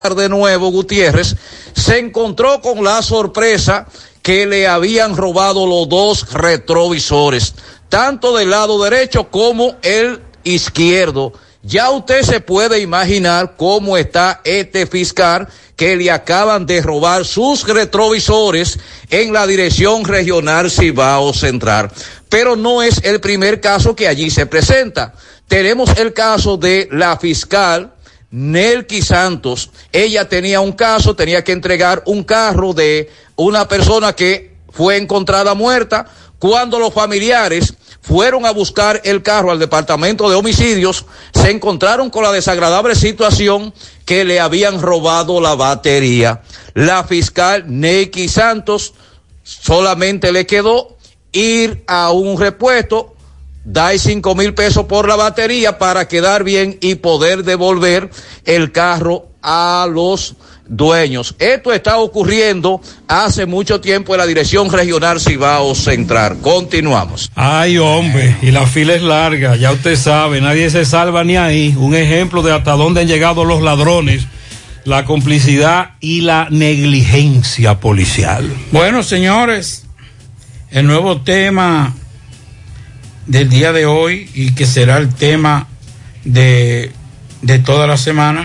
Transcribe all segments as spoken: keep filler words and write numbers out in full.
de nuevo Gutiérrez, se encontró con la sorpresa que le habían robado los dos retrovisores, tanto del lado derecho como el izquierdo. Ya usted se puede imaginar cómo está este fiscal que le acaban de robar sus retrovisores en la Dirección Regional Cibao Central. Pero no es el primer caso que allí se presenta. Tenemos el caso de la fiscal Nelky Santos. Ella tenía un caso, tenía que entregar un carro de una persona que fue encontrada muerta. Cuando los familiares fueron a buscar el carro al departamento de homicidios, se encontraron con la desagradable situación que le habían robado la batería. La fiscal Nelky Santos solamente le quedó ir a un repuesto, dar cinco mil pesos por la batería para quedar bien y poder devolver el carro a los dueños. Esto está ocurriendo hace mucho tiempo en la Dirección Regional Cibao Central. Continuamos. Ay, hombre, y la fila es larga, ya usted sabe, nadie se salva ni ahí. Un ejemplo de hasta dónde han llegado los ladrones, la complicidad y la negligencia policial. Bueno, señores, el nuevo tema del día de hoy, y que será el tema de, de toda la semana,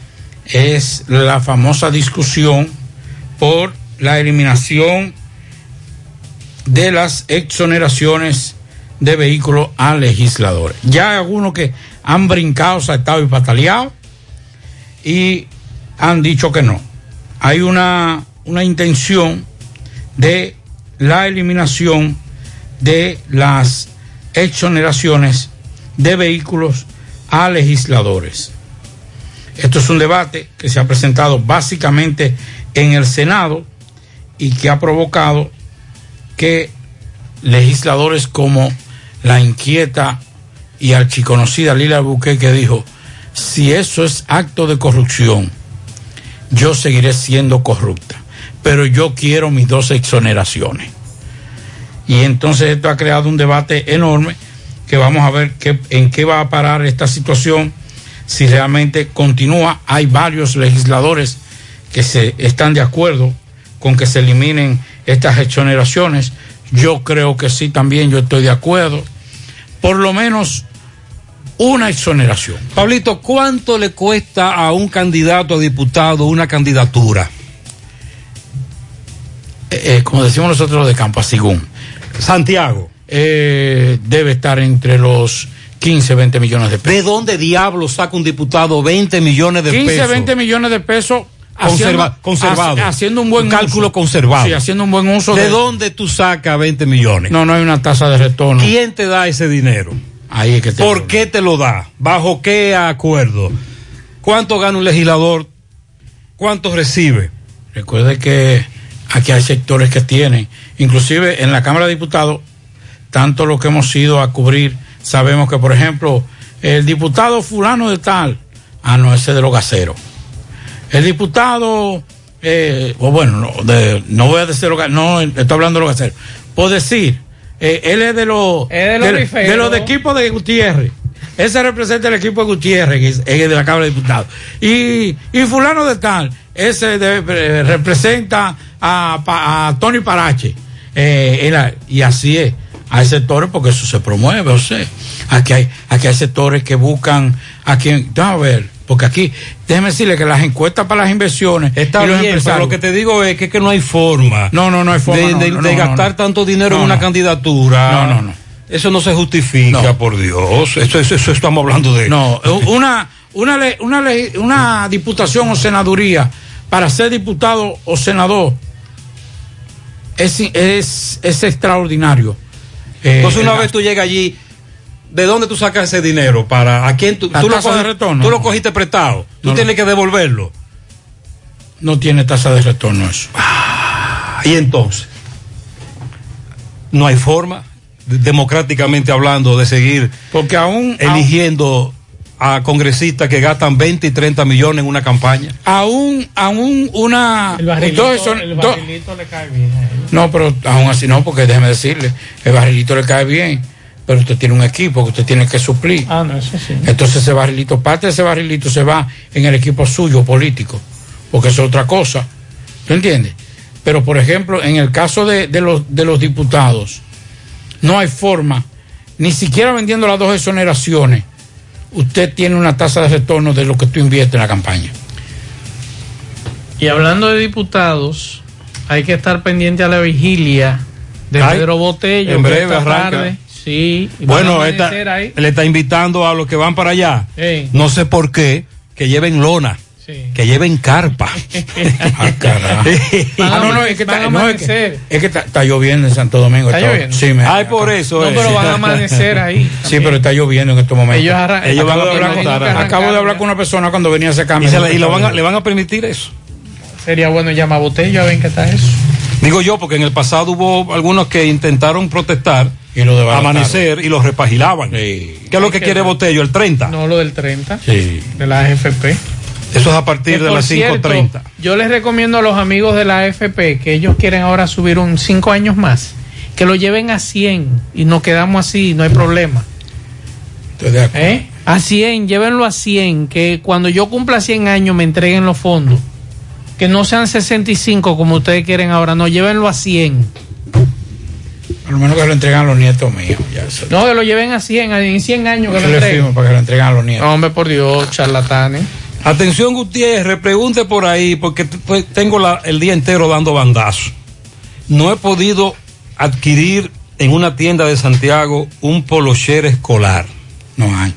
es la famosa discusión por la eliminación de las exoneraciones de vehículos a legisladores. Ya hay algunos que han brincado, saltado y pataleado y han dicho que no. Hay una, una intención de la eliminación de las exoneraciones de vehículos a legisladores. Esto es un debate que se ha presentado básicamente en el Senado y que ha provocado que legisladores como la inquieta y archiconocida Lila Albuquerque dijo: si eso es acto de corrupción, yo seguiré siendo corrupta, pero yo quiero mis dos exoneraciones. Y entonces esto ha creado un debate enorme que vamos a ver qué, en qué va a parar esta situación, si realmente continúa. Hay varios legisladores que se están de acuerdo con que se eliminen estas exoneraciones. Yo creo que sí, también yo estoy de acuerdo. Por lo menos una exoneración. Pablito, ¿cuánto le cuesta a un candidato a diputado una candidatura? Eh, eh, como decimos nosotros de Campasigún, Santiago. Eh, debe estar entre los quince, veinte millones de pesos. ¿De dónde diablos saca un diputado veinte millones de pesos? quince, veinte millones de pesos Conserva, haciendo, conservado. Hace, haciendo un buen un cálculo uso. conservado. Sí, haciendo un buen uso. ¿De, de dónde tú sacas veinte millones? No, no hay una tasa de retorno. ¿Quién te da ese dinero? Ahí es que te ¿Por hablo. qué te lo da? ¿Bajo qué acuerdo? ¿Cuánto gana un legislador? ¿Cuánto recibe? Recuerde que aquí hay sectores que tienen, inclusive en la Cámara de Diputados, tanto lo que hemos ido a cubrir, sabemos que, por ejemplo, el diputado fulano de tal, ah, no, ese de los gaseros. El diputado, eh, o bueno, no, de, no voy a decir lo, no, estoy hablando de los gaseros. Por decir, eh, él es de los de los de, de los de equipo de Gutiérrez. Ese representa el equipo de Gutiérrez, que es, es de la Cámara de Diputados. Y, y fulano de tal, ese de, eh, representa a, a Tony Parache. Eh, la, y así es. Hay sectores, porque eso se promueve, o sea, aquí hay, aquí hay sectores que buscan a quien, a ver, porque aquí, déjeme decirle que las encuestas para las inversiones, está bien, pero lo que te digo es que, que no hay forma. No, no, no hay forma. De, no, de, no, de no, gastar no, tanto dinero no, en una no. candidatura. No, no, no. Eso no se justifica, No. por Dios. Eso, eso, eso estamos hablando de. No, una, una, una, una, una diputación o senaduría para ser diputado o senador es, es, es extraordinario. Eh, Entonces una vez tú llegas allí, ¿de dónde tú sacas ese dinero? ¿Para a quién tú, La tú, lo, tasa cogiste, de retorno, tú lo no. cogiste prestado? Tú No, tienes no. que devolverlo. No tiene tasa de retorno eso. Ah, y entonces, no hay forma, de- democráticamente hablando, de seguir Porque aún, eligiendo a congresistas que gastan veinte y treinta millones en una campaña. aún, aún una. El barrilito, dos son- el dos- barrilito le cae bien a él. no, pero aún así no, porque déjeme decirle, el barrilito le cae bien, pero usted tiene un equipo que usted tiene que suplir. Ah, no, eso sí. Entonces ese barrilito, parte de ese barrilito se va en el equipo suyo político. porque es otra cosa. ¿Tú entiendes? Pero, por ejemplo, en el caso de, de, los, de los diputados, no hay forma, ni siquiera vendiendo las dos exoneraciones, usted tiene una tasa de retorno de lo que tú inviertes en la campaña. Y hablando de diputados, hay que estar pendiente a la vigilia de Ay, Pedro Botello. En breve arranca. Tarde, sí. Bueno, esta, le está invitando a los que van para allá. Sí. No sé por qué, que lleven lona. Sí. Que lleven carpa. Ah, carajo. Ah, no, no, es que, está, no, es que, es que está, está lloviendo en Santo Domingo. ¿Está lloviendo? Sí, me, Ay, por eso. No, es. pero van a amanecer ahí. Sí, también. Pero está lloviendo en estos momentos. Ellos, arran- Ellos acabo, van a hablar con, arrancar, acabo de hablar con una persona cuando venía a ese cambio. Y, se le, y lo van a, le van a permitir eso. Sería bueno llamar a Botello a ver qué está eso. Digo yo, porque en el pasado hubo algunos que intentaron protestar, y lo amanecer y los repagilaban. Sí. ¿Qué es lo que quiere no? Botello? ¿El treinta? No, lo del treinta. Sí. De la A F P. Eso es a partir que de las cinco treinta. Yo les recomiendo a los amigos de la A F P que ellos quieren ahora subir un cinco años más, que lo lleven a cien y nos quedamos así, no hay problema. Estoy de acuerdo. ¿Eh? A cien, llévenlo a cien, que cuando yo cumpla cien años me entreguen los fondos. Que no sean sesenta y cinco como ustedes quieren ahora, no, llévenlo a cien. Por lo menos que lo entregan a los nietos míos. Ya no, que lo lleven a cien, en cien años que yo lo le entreguen. firmo para que lo entreguen a los nietos. No, hombre, por Dios, charlatanes. Atención, Gutiérrez, pregunte por ahí, porque pues, tengo la, el día entero dando bandazos. No he podido adquirir en una tienda de Santiago un polocher escolar. No hay.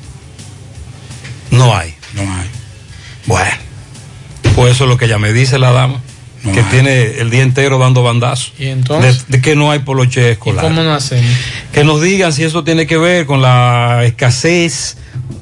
No hay. No hay. Bueno, pues eso es lo que ya me dice la dama, no que hay. Tiene el día entero dando bandazos. ¿Y entonces? De, de que no hay polocher escolar. ¿Y cómo no hacemos? Que nos digan si eso tiene que ver con la escasez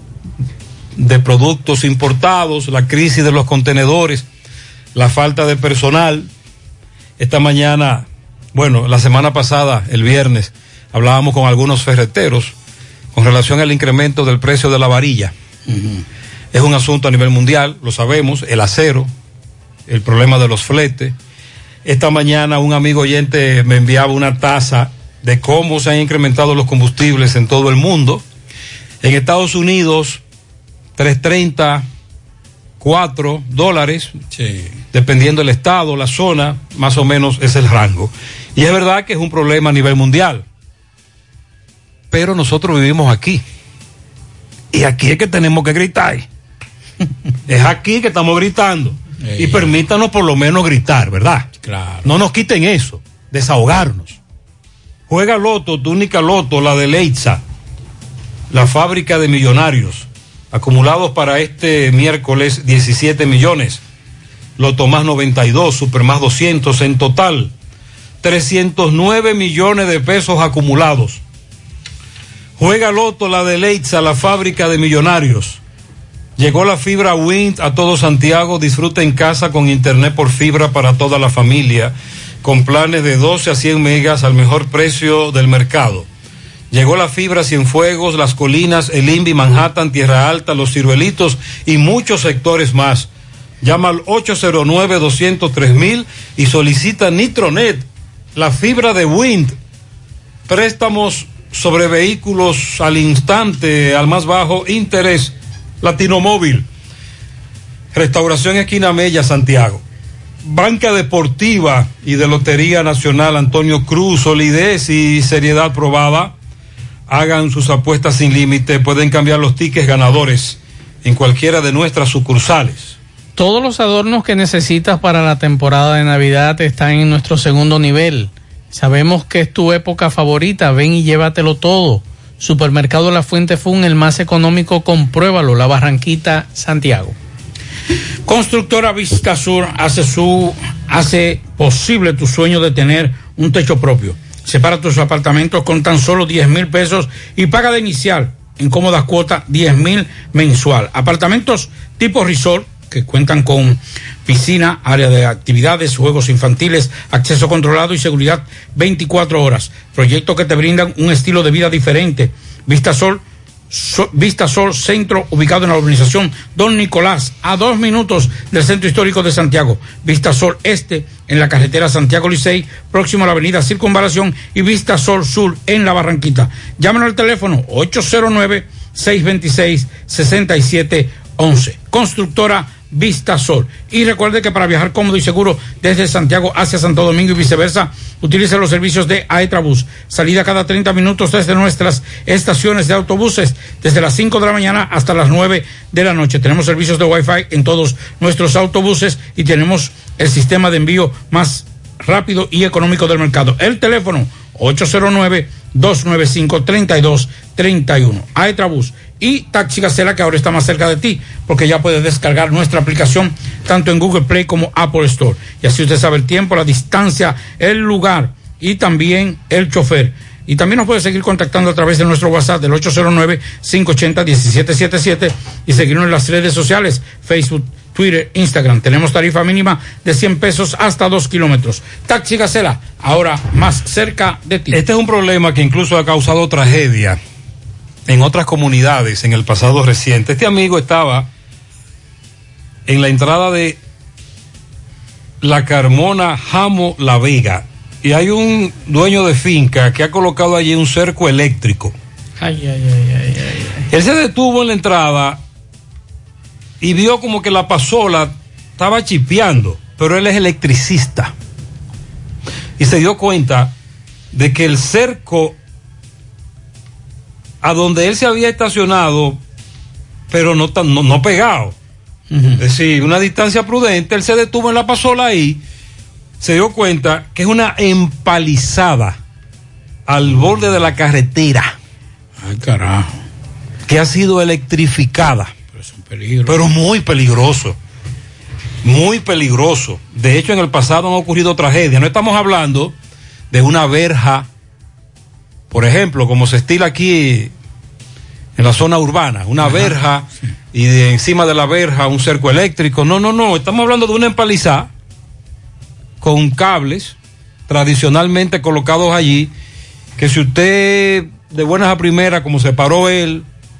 de productos importados, la crisis de los contenedores, la falta de personal. Esta mañana, bueno, la semana pasada, el viernes, hablábamos con algunos ferreteros con relación al incremento del precio de la varilla. Uh-huh. Es un asunto a nivel mundial, lo sabemos, el acero, el problema de los fletes. Esta mañana un amigo oyente me enviaba una tasa de cómo se han incrementado los combustibles en todo el mundo. En Estados Unidos, tres treinta, cuatro dólares, sí. Dependiendo del estado, la zona, más o menos es el rango. Y es verdad que es un problema a nivel mundial. Pero nosotros vivimos aquí. Y aquí es que tenemos que gritar. Es aquí que estamos gritando. Sí. Y permítanos por lo menos gritar, ¿verdad? Claro. No nos quiten eso, desahogarnos. Juega Loto, tu única Loto, la de Leitza, la fábrica de millonarios. Acumulados para este miércoles diecisiete millones. Loto más noventa y dos, Super más doscientos, en total trescientos nueve millones de pesos acumulados. Juega Loto, la de Leitza, la fábrica de millonarios. Llegó la fibra Wind a todo Santiago. Disfruta en casa con internet por fibra para toda la familia, con planes de doce a cien megas al mejor precio del mercado. Llegó la fibra Cienfuegos, Las Colinas, El Invi, Manhattan, Tierra Alta, Los Ciruelitos y muchos sectores más. Llama al ocho cero nueve, dos cero tres mil y solicita Nitronet, la fibra de Wind. Préstamos sobre vehículos al instante, al más bajo interés. Latino Móvil. Restauración Esquina Mella, Santiago. Banca Deportiva y de Lotería Nacional Antonio Cruz, solidez y seriedad probada. Hagan sus apuestas sin límite, pueden cambiar los tickets ganadores en cualquiera de nuestras sucursales. Todos los adornos que necesitas para la temporada de Navidad están en nuestro segundo nivel. Sabemos que es tu época favorita, ven y llévatelo todo. Supermercado La Fuente Fun, el más económico, compruébalo, La Barranquita, Santiago. Constructora Vista Sur hace su hace posible tu sueño de tener un techo propio. Separa tus apartamentos con tan solo diez mil pesos y paga de inicial en cómodas cuotas diez mil mensual. Apartamentos tipo resort que cuentan con piscina, área de actividades, juegos infantiles, acceso controlado y seguridad veinticuatro horas. Proyectos que te brindan un estilo de vida diferente. Vista Sol, so, Vista Sol Centro, ubicado en la urbanización Don Nicolás, a dos minutos del Centro Histórico de Santiago. Vista Sol Este, en la carretera Santiago Licey, próximo a la avenida Circunvalación, y Vista Sol Sur, en la Barranquita. Llámanos al teléfono ocho cero nueve, seis dos seis, seis siete uno uno. Constructora Vista Sol. Y recuerde que para viajar cómodo y seguro desde Santiago hacia Santo Domingo y viceversa, utilice los servicios de Aetrabús. Salida cada treinta minutos desde nuestras estaciones de autobuses, desde las cinco de la mañana hasta las nueve de la noche. Tenemos servicios de Wi-Fi en todos nuestros autobuses y tenemos el sistema de envío más rápido y económico del mercado. El teléfono ocho cero nueve, dos nueve cinco, tres dos tres uno. Aetrabús y Taxi Gacela, que ahora está más cerca de ti, porque ya puedes descargar nuestra aplicación tanto en Google Play como Apple Store. Y así usted sabe el tiempo, la distancia, el lugar y también el chofer. Y también nos puede seguir contactando a través de nuestro WhatsApp del ocho cero nueve, cinco ocho cero, uno siete siete siete y seguirnos en las redes sociales, Facebook, Twitter, Instagram. Tenemos tarifa mínima de cien pesos hasta dos kilómetros. Taxi Gacela, ahora más cerca de ti. Este es un problema que incluso ha causado tragedia en otras comunidades en el pasado reciente. Este amigo estaba en la entrada de La Carmona, Jamo, La Vega, y hay un dueño de finca que ha colocado allí un cerco eléctrico. Ay, ay, ay, ay, ay. Él se detuvo en la entrada y vio como que la pasola estaba chipeando, pero él es electricista. Y se dio cuenta de que el cerco a donde él se había estacionado, pero no, tan, no, no pegado, uh-huh. Es decir, una distancia prudente, él se detuvo en la pasola ahí, se dio cuenta que es una empalizada al borde de la carretera. Ay, carajo. Que ha sido electrificada. Pero es un peligro. Pero muy peligroso. Muy peligroso. De hecho, en el pasado han ocurrido tragedias. No estamos hablando de una verja, por ejemplo, como se estila aquí en la zona urbana, una Ajá, verja, sí. Y de encima de la verja un cerco eléctrico. No, no, no. Estamos hablando de una empalizada con cables tradicionalmente colocados allí, que si usted de buenas a primeras, como se paró él,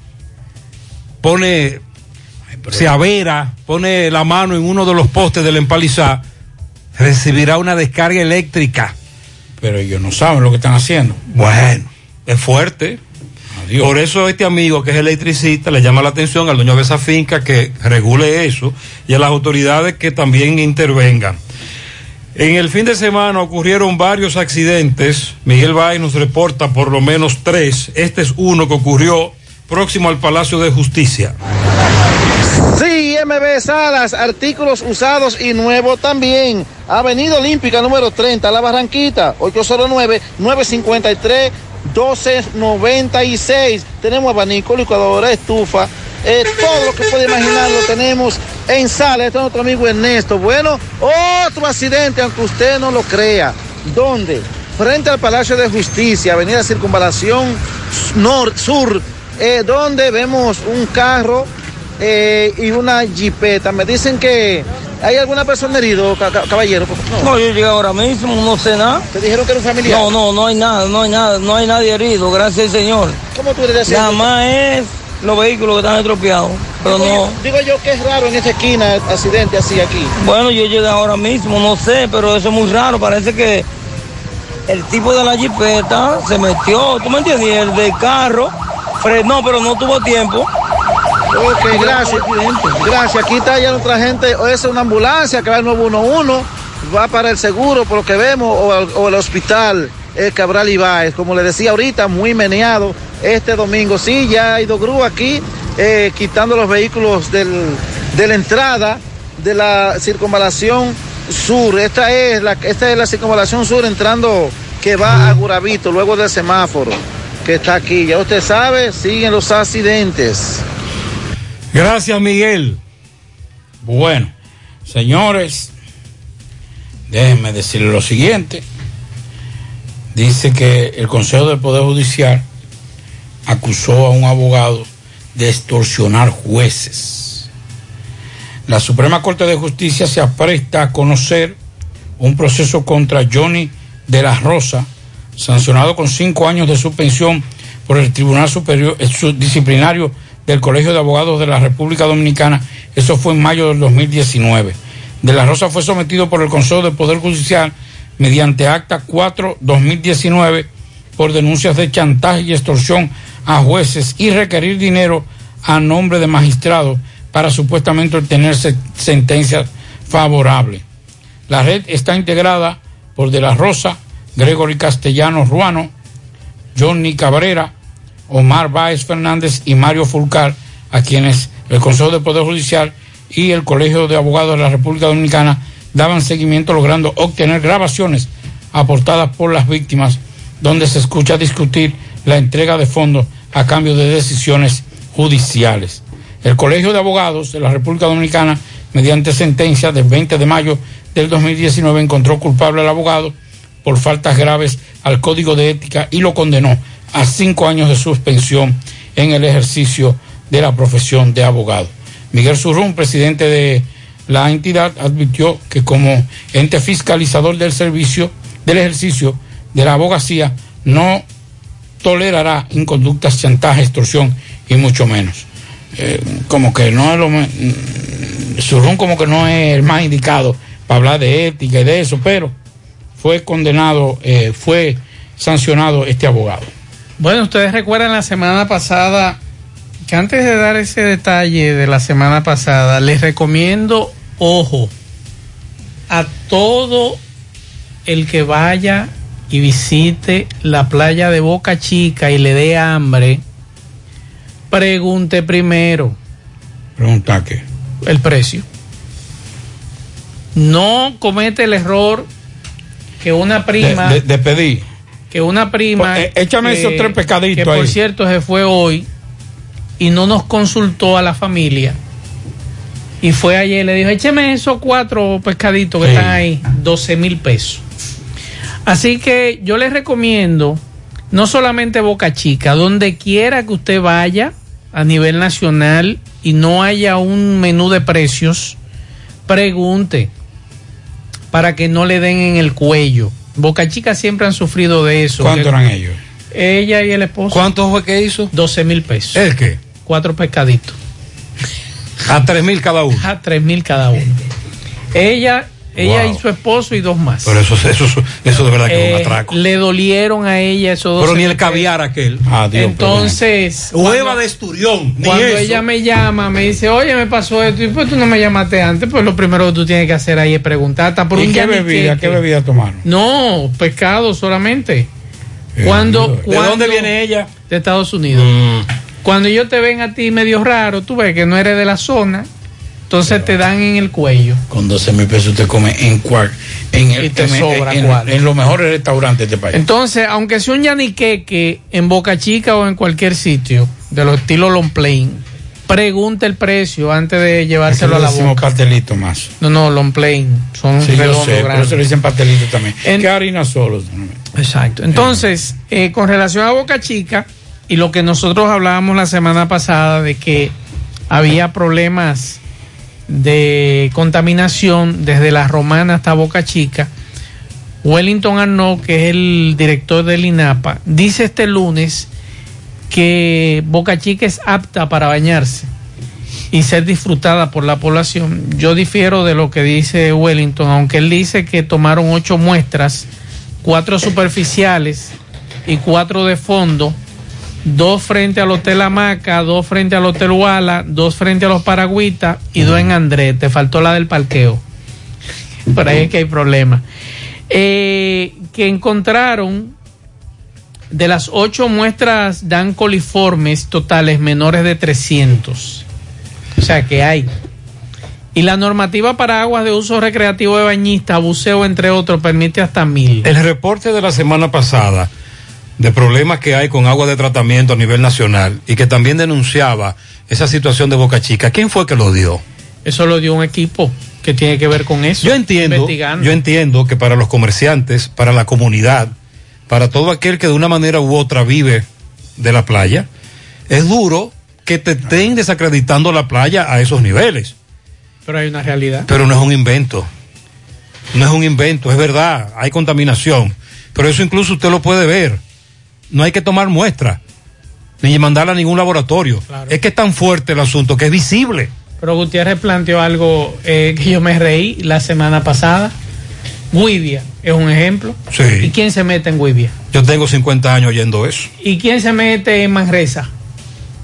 pone, se avera, pone la mano en uno de los postes de la empalizada, recibirá una descarga eléctrica. Pero ellos no saben lo que están haciendo. Bueno, es fuerte. Adiós. Por eso este amigo que es electricista le llama la atención al dueño de esa finca que regule eso y a las autoridades que también intervengan. En el fin de semana ocurrieron varios accidentes. Miguel Bay nos reporta por lo menos tres. Este es uno que ocurrió próximo al Palacio de Justicia. Sí, M B Salas, artículos usados y nuevos también. Avenida Olímpica número treinta, La Barranquita, ocho cero nueve, nueve cinco tres, uno dos nueve seis. Tenemos abanico, licuadora, estufa, eh, todo lo que puede imaginar lo tenemos en Salas. Este es nuestro amigo Ernesto. Bueno, otro accidente, aunque usted no lo crea. ¿Dónde? Frente al Palacio de Justicia, Avenida Circunvalación Nor- Sur, eh, donde vemos un carro eh, y una jipeta. Me dicen que hay alguna persona herido, caballero. No. no, yo llegué ahora mismo, no sé nada. ¿Te dijeron que era un familiar? No, no, no hay nada, no hay nada, no hay nadie herido, gracias al Señor. ¿Cómo tú eres? Nada más es los vehículos que están estropeados, pero digo no. Yo, digo yo que es raro en esa esquina, accidente así aquí. Bueno, yo llegué ahora mismo, no sé, pero eso es muy raro, parece que el tipo de la jipeta se metió, ¿tú me entiendes? Y el del carro frenó, pero no tuvo tiempo. Ok, gracias. Gracias. Aquí está ya nuestra gente. O es una ambulancia que va al nueve uno uno, va para el seguro, por lo que vemos, o, al, o el hospital eh, Cabral Ibáez. Como le decía ahorita, muy meneado este domingo. Sí, ya ha ido grúa aquí, eh, quitando los vehículos del, de la entrada de la circunvalación sur. Esta es la, esta es la circunvalación sur entrando, que va a Guravito, luego del semáforo que está aquí. Ya usted sabe, siguen los accidentes. Gracias, Miguel. Bueno, señores, déjenme decirle lo siguiente. Dice que el Consejo del Poder Judicial acusó a un abogado de extorsionar jueces. La Suprema Corte de Justicia se apresta a conocer un proceso contra Johnny de la Rosa, sancionado con cinco años de suspensión por el Tribunal Superior Disciplinario del Colegio de Abogados de la República Dominicana. Eso fue en mayo del dos mil diecinueve. De la Rosa fue sometido por el Consejo del Poder Judicial mediante acta cuatro dos mil diecinueve por denuncias de chantaje y extorsión a jueces y requerir dinero a nombre de magistrados para supuestamente obtener sentencias favorables. La red está integrada por De la Rosa, Gregory Castellanos Ruano, Johnny Cabrera, Omar Báez Fernández y Mario Fulcar, a quienes el Consejo de Poder Judicial y el Colegio de Abogados de la República Dominicana daban seguimiento, logrando obtener grabaciones aportadas por las víctimas, donde se escucha discutir la entrega de fondos a cambio de decisiones judiciales. El Colegio de Abogados de la República Dominicana, mediante sentencia del veinte de mayo del dos mil diecinueve, encontró culpable al abogado por faltas graves al Código de Ética y lo condenó a cinco años de suspensión en el ejercicio de la profesión de abogado. Miguel Zurrún, presidente de la entidad, advirtió que como ente fiscalizador del servicio, del ejercicio de la abogacía, no tolerará inconductas, chantaje, extorsión y mucho menos. Eh, como que no es lo Zurrún como que no es el más indicado para hablar de ética y de eso, pero fue condenado, eh, fue sancionado este abogado. Bueno, ustedes recuerdan la semana pasada, que antes de dar ese detalle de la semana pasada, les recomiendo, ojo, a todo el que vaya y visite la playa de Boca Chica y le dé hambre, pregunte primero. ¿Pregunta qué? El precio. No comete el error que una prima... De, de, de pedir. Que una prima... Pues, eh, échame que, esos tres pescaditos que ahí. Por cierto, se fue hoy y no nos consultó a la familia. Y fue ayer y le dijo, écheme esos cuatro pescaditos que sí están ahí, doce mil pesos. Así que yo les recomiendo, no solamente Boca Chica, donde quiera que usted vaya a nivel nacional y no haya un menú de precios, pregunte para que no le den en el cuello. Boca Chica siempre han sufrido de eso. ¿Cuánto eran ellos? Ella y el esposo. ¿Cuánto fue que hizo? doce mil pesos. ¿El qué? Cuatro pescaditos. A tres mil cada uno. A tres mil cada uno. Ella, ella wow. y su esposo y dos más. Pero eso, eso, eso, eso de verdad que eh, es un atraco. Le dolieron a ella esos dos. Pero ni el caviar aquel. Ah, Dios, entonces. Hueva de esturión. Ni cuando eso. Ella me llama, me dice, oye, me pasó esto. Y pues tú no me llamaste antes. Pues lo primero que tú tienes que hacer ahí es preguntar. Hasta por ¿Y un qué bebida? ¿Qué bebida tomaron? No, pescado solamente. Eh, cuando, ¿De cuando, dónde viene ella? De Estados Unidos. Mm. Cuando ellos te ven a ti medio raro, tú ves que no eres de la zona, entonces pero te dan en el cuello. Con doce mil pesos te come en cual, en el, y te en, sobra en, cuál. En, en los mejores restaurantes de este país. Entonces, aunque sea un yaniqueque en Boca Chica o en cualquier sitio de los estilos long plane, pregunte el precio antes de llevárselo a la boca. Pastelito más. No, no, long plane son sí, redondos, yo sé, grandes. Por eso le dicen pastelito también. En, ¿Qué harina solo? Exacto. Entonces, eh, con relación a Boca Chica y lo que nosotros hablábamos la semana pasada de que había problemas de contaminación desde La Romana hasta Boca Chica, Wellington Arnaud, que es el director del INAPA, dice este lunes que Boca Chica es apta para bañarse y ser disfrutada por la población. Yo difiero de lo que dice Wellington, aunque él dice que tomaron ocho muestras, cuatro superficiales y cuatro de fondo, dos frente al Hotel Hamaca, dos frente al Hotel Wala, dos frente a los Paragüitas y dos en Andrés. Te faltó la del parqueo. Por ahí es que hay problema. Eh, que encontraron de las ocho muestras dan coliformes totales menores de trescientos. O sea que hay. Y la normativa para aguas de uso recreativo de bañistas, buceo, entre otros, permite hasta mil. El reporte de la semana pasada de problemas que hay con agua de tratamiento a nivel nacional y que también denunciaba esa situación de Boca Chica, ¿quién fue que lo dio? Eso lo dio un equipo que tiene que ver con eso. Yo entiendo, yo entiendo que para los comerciantes, para la comunidad, para todo aquel que de una manera u otra vive de la playa, es duro que te estén desacreditando la playa a esos niveles. Pero hay una realidad. Pero no es un invento. No es un invento, es verdad, hay contaminación. Pero eso incluso usted lo puede ver. No hay que tomar muestra, ni mandarla a ningún laboratorio. Claro. Es que es tan fuerte el asunto que es visible. Pero Gutiérrez planteó algo eh, que yo me reí la semana pasada. Guibia es un ejemplo. Sí. ¿Y quién se mete en Guibia? Yo tengo cincuenta años oyendo eso. ¿Y quién se mete en Manresa?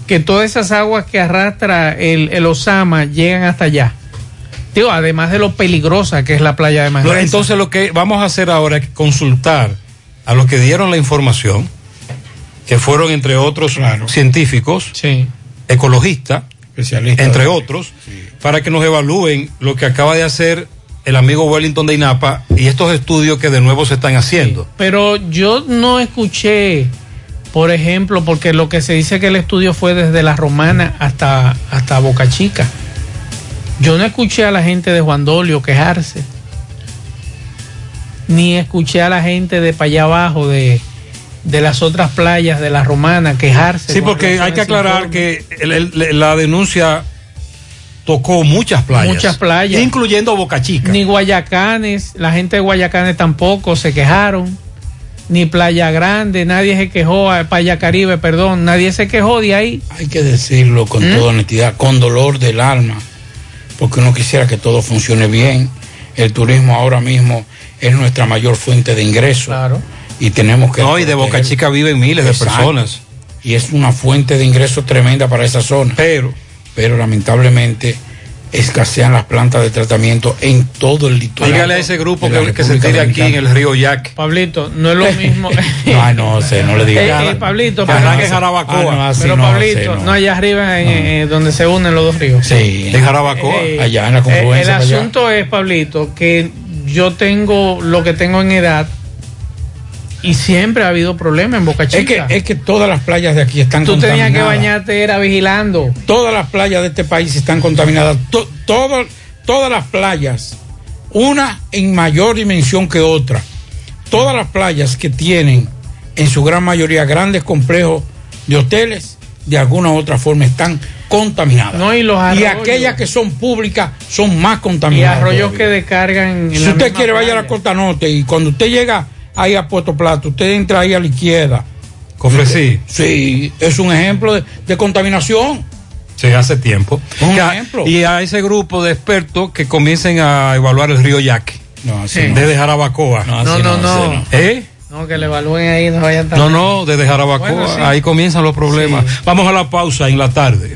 que todas esas aguas que arrastra el, el Osama llegan hasta allá. Digo, además de lo peligrosa que es la playa de Manjarres. Entonces lo que vamos a hacer ahora es consultar a los que dieron la información, que fueron entre otros claro. científicos, sí. ecologistas, especialistas, entre otros, sí. para que nos evalúen lo que acaba de hacer el amigo Wellington de INAPA y estos estudios que de nuevo se están haciendo. Sí, pero yo no escuché, por ejemplo, porque lo que se dice que el estudio fue desde La Romana hasta, hasta Boca Chica. Yo no escuché a la gente de Juan Dolio quejarse, ni escuché a la gente de para allá abajo, de, de las otras playas de La Romana quejarse. Sí, porque hay que aclarar que el, el, la denuncia tocó muchas playas. Muchas playas. Incluyendo Boca Chica. Ni Guayacanes, la gente de Guayacanes tampoco se quejaron. Ni Playa Grande, nadie se quejó, Playa Caribe, perdón, nadie se quejó de ahí. Hay que decirlo con ¿Mm? toda honestidad, con dolor del alma, porque uno quisiera que todo funcione bien. El turismo ahora mismo es nuestra mayor fuente de ingresos. Claro. Y tenemos que... No, y de Boca Chica viven miles Exacto. de personas. Y es una fuente de ingresos tremenda para esa zona. Pero... pero lamentablemente escasean las plantas de tratamiento en todo el litoral. Dígale a ese grupo que, que se tire aquí en el río Yaque. Pablito, no es lo mismo. no, no sé, no le digas. Eh, eh, Pablito, que arranque Jarabacoa. Ah, no, pero no, Pablito, no. no allá arriba en, no. eh, donde se unen los dos ríos. Sí, en Jarabacoa. Eh, allá en la confluencia. Eh, el asunto allá. es, Pablito, que yo tengo lo que tengo en edad. Y siempre ha habido problemas en Boca Chica. Es que, es que todas las playas de aquí están Tú contaminadas. Tú tenías que bañarte, era vigilando. Todas las playas de este país están contaminadas. To, todo, todas las playas, una en mayor dimensión que otra. Todas las playas que tienen, en su gran mayoría, grandes complejos de hoteles, de alguna u otra forma están contaminadas. No, y, los arroyos, y aquellas que son públicas son más contaminadas. Y arroyos todavía. que descargan. En si la usted quiere, playa. vaya a la Costa Norte y cuando usted llega ahí a Puerto Plata, usted entra ahí a la izquierda. Cofresí. Sí, es un ejemplo de, de contaminación. Sí, hace tiempo. Un ya, ejemplo. Y a ese grupo de expertos que comiencen a evaluar el río Yaque. No, así sí. no. Desde Jarabacoa. No, no, no. no. no. ¿Eh? No, que le evalúen ahí, no vayan tan... No, no, desde Jarabacoa. Bueno, sí. Ahí comienzan los problemas. Sí. Vamos a la pausa en la tarde.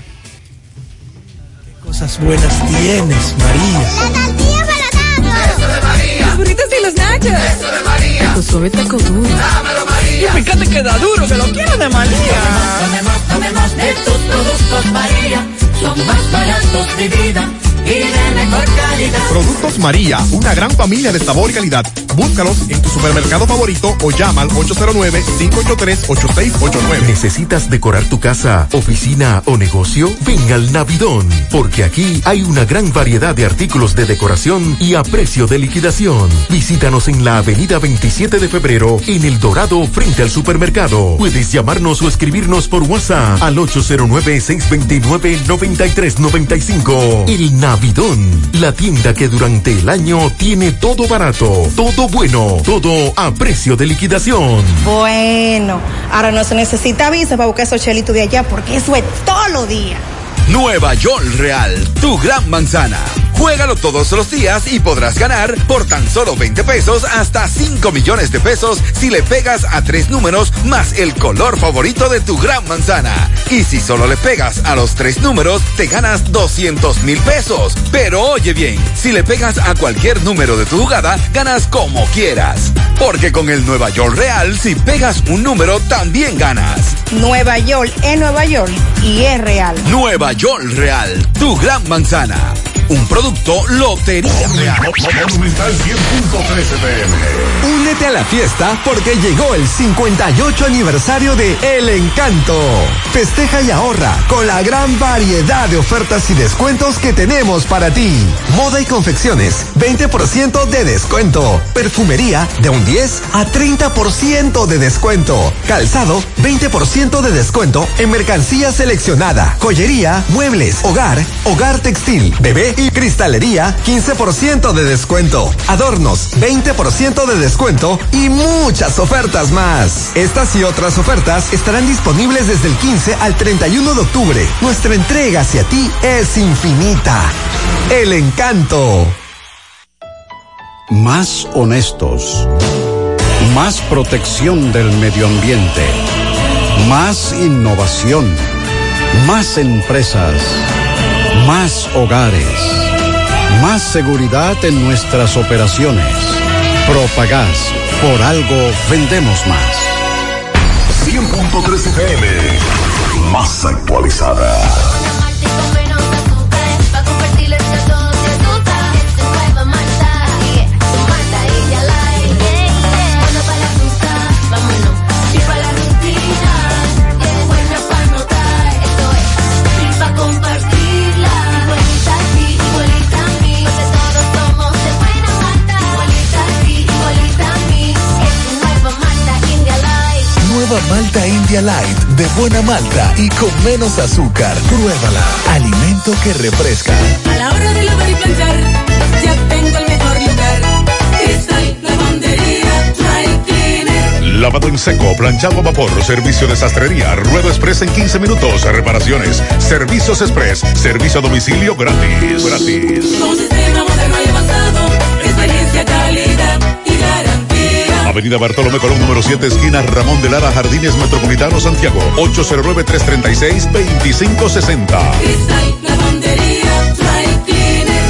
Qué cosas buenas tienes, María. La tortilla para Eso de María. Los burritos y los nachos. Eso de María. Tu suave taco duro. Dámelo, María. Y fíjate que da duro, que lo quiero de María. Tomemos, tomemos de tus productos, María. Son más baratos de vida y de mejor calidad. Productos María, una gran familia de sabor y calidad. Búscalos en tu supermercado favorito o llama al ocho cero nueve, cinco ocho tres, ocho seis ocho nueve. ¿Necesitas decorar tu casa, oficina o negocio? Ven al Navidón, porque aquí hay una gran variedad de artículos de decoración y a precio de liquidación. Visítanos en la avenida veintisiete de febrero, en El Dorado, frente al supermercado. Puedes llamarnos o escribirnos por WhatsApp al ocho cero nueve, seis dos nueve, nueve tres nueve cinco. El Navidón, la tienda que durante el año tiene todo barato, todo bueno, todo a precio de liquidación. Bueno, ahora no se necesita visa para buscar esos chelitos de allá, porque eso es todos los días. Nueva York Real, tu gran manzana. Juégalo todos los días y podrás ganar por tan solo veinte pesos hasta cinco millones de pesos si le pegas a tres números más el color favorito de tu gran manzana. Y si solo le pegas a los tres números, te ganas doscientos mil pesos. Pero oye bien, si le pegas a cualquier número de tu jugada, ganas como quieras. Porque con el Nueva York Real, si pegas un número, también ganas. Nueva York es Nueva York y es real. Nueva York Real, tu gran manzana. Un producto Lotería Real. Monumental cien punto trece P M. Únete a la fiesta porque llegó el cincuenta y ocho aniversario de El Encanto. Festeja y ahorra con la gran variedad de ofertas y descuentos que tenemos para ti. Moda y confecciones, veinte por ciento de descuento. Perfumería, de un diez a treinta por ciento de descuento. Calzado, veinte por ciento de descuento en mercancía seleccionada. Joyería, muebles, hogar, hogar textil, bebé y cristalería, quince por ciento de descuento. Adornos, veinte por ciento de descuento y muchas ofertas más. Estas y otras ofertas estarán disponibles desde el quince al treinta y uno de octubre. Nuestra entrega hacia ti es infinita. El Encanto. Más honestos. Más protección del medio ambiente. Más innovación. Más empresas, más hogares, más seguridad en nuestras operaciones. Propagás, por algo vendemos más. cien punto tres F M, más actualizada. Malta India Light, de buena malta y con menos azúcar. Pruébala. Alimento que refresca. A la hora de lavar y planchar, ya tengo el mejor lugar. Cristal Lavandería Dry Cleaner. Lavado en seco, planchado a vapor, servicio de sastrería, ruedo express en quince minutos, reparaciones, servicios express, servicio a domicilio gratis. Gratis. Con sistema moderno y avanzado, experiencia, calidad y garantía. Avenida Bartolomé Colón, número siete, esquina Ramón de Lara, Jardines Metropolitano, Santiago. ocho cero nueve, tres tres seis, dos cinco seis cero. Cristal Lavandería Dry Cleaner.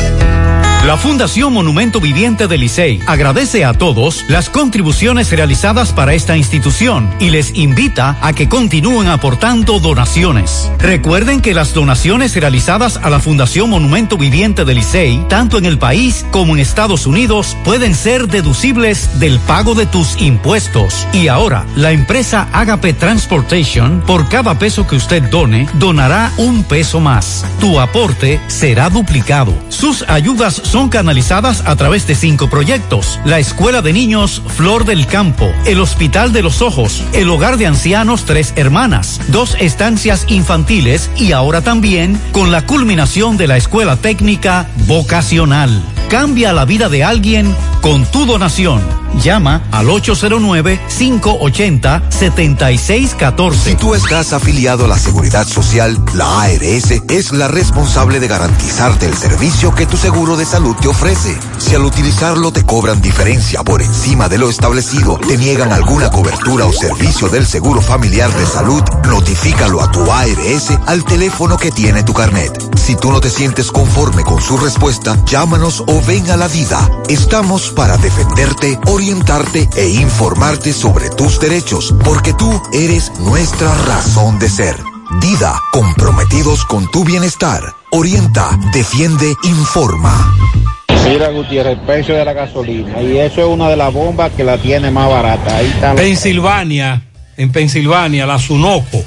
La Fundación Monumento Viviente del Licey agradece a todos las contribuciones realizadas para esta institución y les invita a que continúen aportando donaciones. Recuerden que las donaciones realizadas a la Fundación Monumento Viviente del Licey, tanto en el país como en Estados Unidos, pueden ser deducibles del pago de tus impuestos. Y ahora, la empresa Agape Transportation, por cada peso que usted done, donará un peso más. Tu aporte será duplicado. Sus ayudas son canalizadas a través de cinco proyectos: la Escuela de Niños Flor del Campo, el Hospital de los Ojos, el Hogar de Ancianos Tres Hermanas, dos estancias infantiles y ahora también con la culminación de la Escuela Técnica Vocacional. Cambia la vida de alguien con tu donación. Llama al ocho cero nueve, cinco ocho cero, siete seis uno cuatro. Si tú estás afiliado a la Seguridad Social, la A R S es la responsable de garantizarte el servicio que tu seguro de salud te ofrece. Si al utilizarlo te cobran diferencia por encima de lo establecido, te niegan alguna cobertura o servicio del seguro familiar de salud, notifícalo a tu A R S al teléfono que tiene tu carnet. Si tú no te sientes conforme con su respuesta, llámanos o ven a la Dida. Estamos para defenderte, orientarte e informarte sobre tus derechos, porque tú eres nuestra razón de ser. Dida, comprometidos con tu bienestar. Orienta, defiende, informa. Mira, Gutiérrez, el precio de la gasolina, y eso es una de las bombas que la tiene más barata. Ahí está. Pensilvania, en Pensilvania, la Sunoco,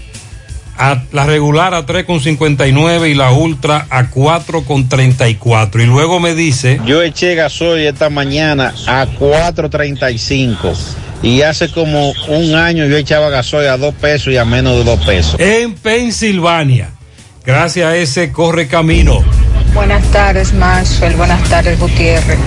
a, la regular a tres con cincuenta y nueve y la ultra a cuatro con treinta y cuatro. Y luego me dice: yo eché gasoil esta mañana a cuatro treinta y cinco. Y hace como un año yo echaba gasoil a dos pesos y a menos de dos pesos. En Pensilvania, gracias a ese corre camino. Buenas tardes, Maxwell. Buenas tardes, Gutiérrez.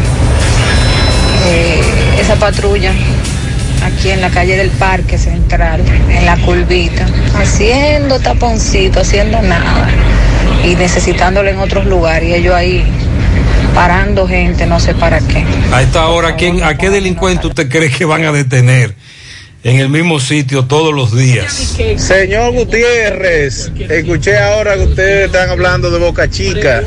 Eh, esa patrulla aquí en la calle del Parque Central, en la curvita, haciendo taponcito, haciendo nada y necesitándolo en otros lugares, y ellos ahí parando gente, no sé para qué. A esta hora, ¿quién, ¿a qué delincuente usted cree que van a detener en el mismo sitio todos los días? Señor Gutiérrez, escuché ahora que ustedes están hablando de Boca Chica.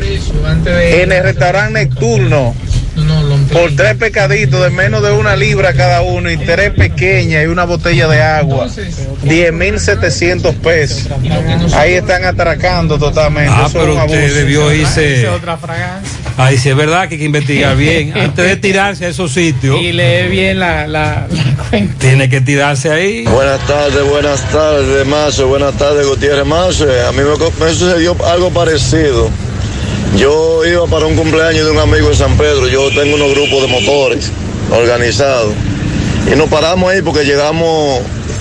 En el restaurante Neptuno, por tres pescaditos de menos de una libra cada uno y tres pequeñas y una botella de agua, diez mil setecientos pesos. Ahí están atracando totalmente. Ah, eso pero es un usted abuso. debió irse. Ahí sí es verdad que hay que investigar bien antes de tirarse a esos sitios. Y lee bien la, la, la cuenta. Tiene que tirarse ahí. Buenas tardes, buenas tardes, Mazo. Buenas tardes, Gutiérrez. Mazo, a mí me, me sucedió algo parecido. Yo iba para un cumpleaños de un amigo en San Pedro. Yo tengo unos grupos de motores organizados. Y nos paramos ahí porque llegamos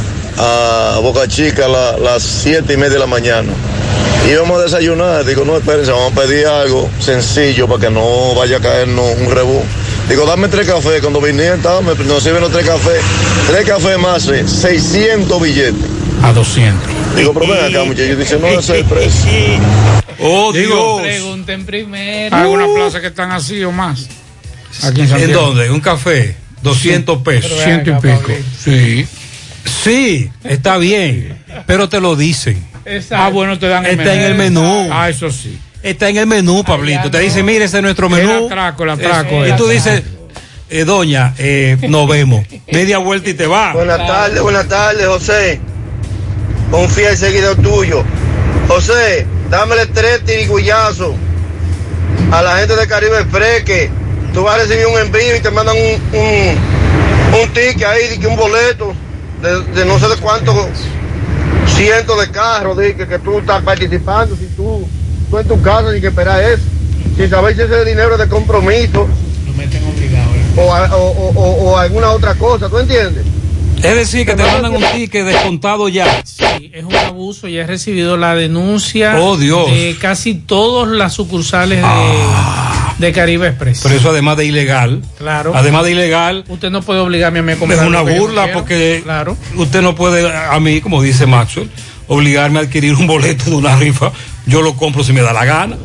a Boca Chica a la, las siete y media de la mañana. Íbamos a desayunar. Digo, no, espérense, vamos a pedir algo sencillo para que no vaya a caernos un rebú. Digo, dame tres cafés. Cuando vinieron, nos sirven los tres cafés. Tres cafés más, seiscientos billetes. A doscientos. Digo, pero ven acá, muchachos. Dice, no, ese es el precio. Oh, Digo, Dios. Pregunten primero. Hay algunas plazas que están así o más. Aquí en Santiago. ¿En dónde? ¿Un café? doscientos pesos. Ciento y pico. Sí. Sí, está bien, pero te lo dicen. Ah, bueno, te dan el Está menú. en el menú. Ah, eso sí. Está en el menú, Pablito. Te dice, mire, ese es nuestro menú. El atraco, el atraco. Es- y tú dices, eh, doña, eh, nos vemos. Media vuelta y te vas. Buenas tardes, buenas tardes, José. Un fiel seguidor tuyo. José, dámele tres tirigullazos a la gente de Caribe Express que tú vas a recibir un envío y te mandan un, un, un ticket ahí, de que un boleto de, de no sé de cuántos cientos de carros, de que, que tú estás participando, si tú, tú en tu casa tienes que esperar eso, sin saber si ese dinero es de compromiso o, a- o, o, o, o alguna otra cosa, ¿tú entiendes? Es decir, que te mandan un ticket descontado ya. Sí, es un abuso. Ya he recibido la denuncia Oh, Dios. de casi todas las sucursales de, Ah. de Caribe Express. Pero eso además de ilegal. Claro. Además de ilegal. Usted no puede obligarme a mí a comprar. Es una lo que yo burla quiero. porque Claro. usted no puede, a mí, como dice Maxwell, obligarme a adquirir un boleto de una rifa. Yo lo compro si me da la gana.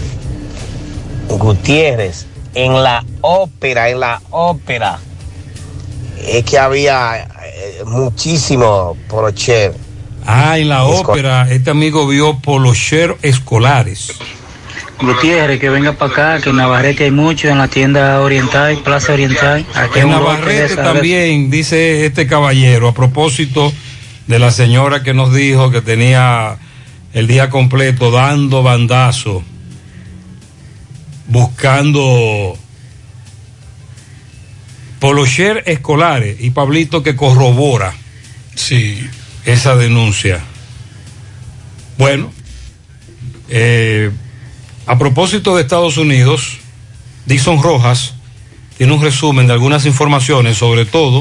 Gutiérrez, en la ópera, en la ópera, es que había eh, muchísimo polocher. Ah, en la ópera, este amigo vio polocher escolares. Gutiérrez, que venga para acá, que en Navarrete hay mucho, en la tienda Oriental, Plaza Oriental. Aquí hay En un lote de Navarrete esa- también, dice este caballero, a propósito de la señora que nos dijo que tenía el día completo dando bandazo, buscando polocher escolares, y Pablito que corrobora sí esa denuncia. Bueno, eh, a propósito de Estados Unidos, Dixon Rojas tiene un resumen de algunas informaciones, sobre todo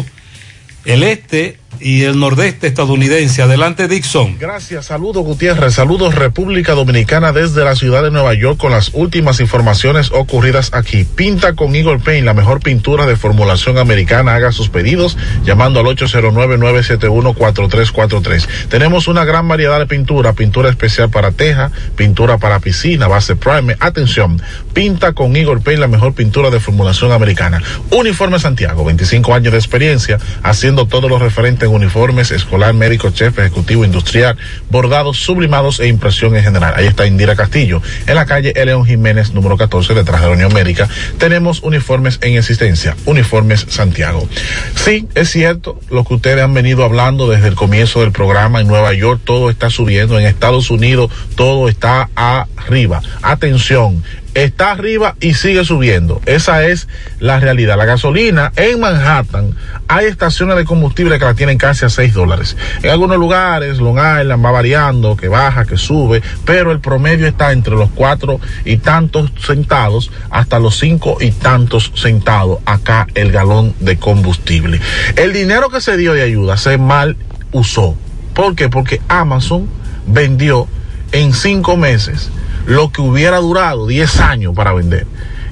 el este y el nordeste estadounidense. Adelante, Dixon. Gracias, saludos Gutiérrez, saludos República Dominicana desde la ciudad de Nueva York con las últimas informaciones ocurridas aquí. Pinta con Eagle Paint, la mejor pintura de formulación americana. Haga sus pedidos llamando al ocho cero nueve, nueve siete uno, cuatro tres cuatro tres. Tenemos una gran variedad de pintura, pintura especial para teja, pintura para piscina, base primer. Atención, pinta con Eagle Paint, la mejor pintura de formulación americana. Uniforme Santiago, veinticinco años de experiencia haciendo todo lo referente en uniformes, escolar, médico, chef, ejecutivo, industrial, bordados, sublimados e impresión en general. Ahí está Indira Castillo, en la calle León Jiménez, número catorce, detrás de la Unión Médica. Tenemos uniformes en existencia, Uniformes Santiago. Sí, es cierto, lo que ustedes han venido hablando desde el comienzo del programa. En Nueva York todo está subiendo, en Estados Unidos todo está arriba. Atención, está arriba y sigue subiendo. Esa es la realidad. La gasolina en Manhattan, hay estaciones de combustible que la tienen casi a seis dólares. En algunos lugares, Long Island va variando, que baja, que sube, pero el promedio está entre los cuatro y tantos centavos hasta los cinco y tantos centavos acá el galón de combustible. El dinero que se dio de ayuda se mal usó. ¿Por qué? Porque Amazon vendió en cinco meses lo que hubiera durado diez años para vender.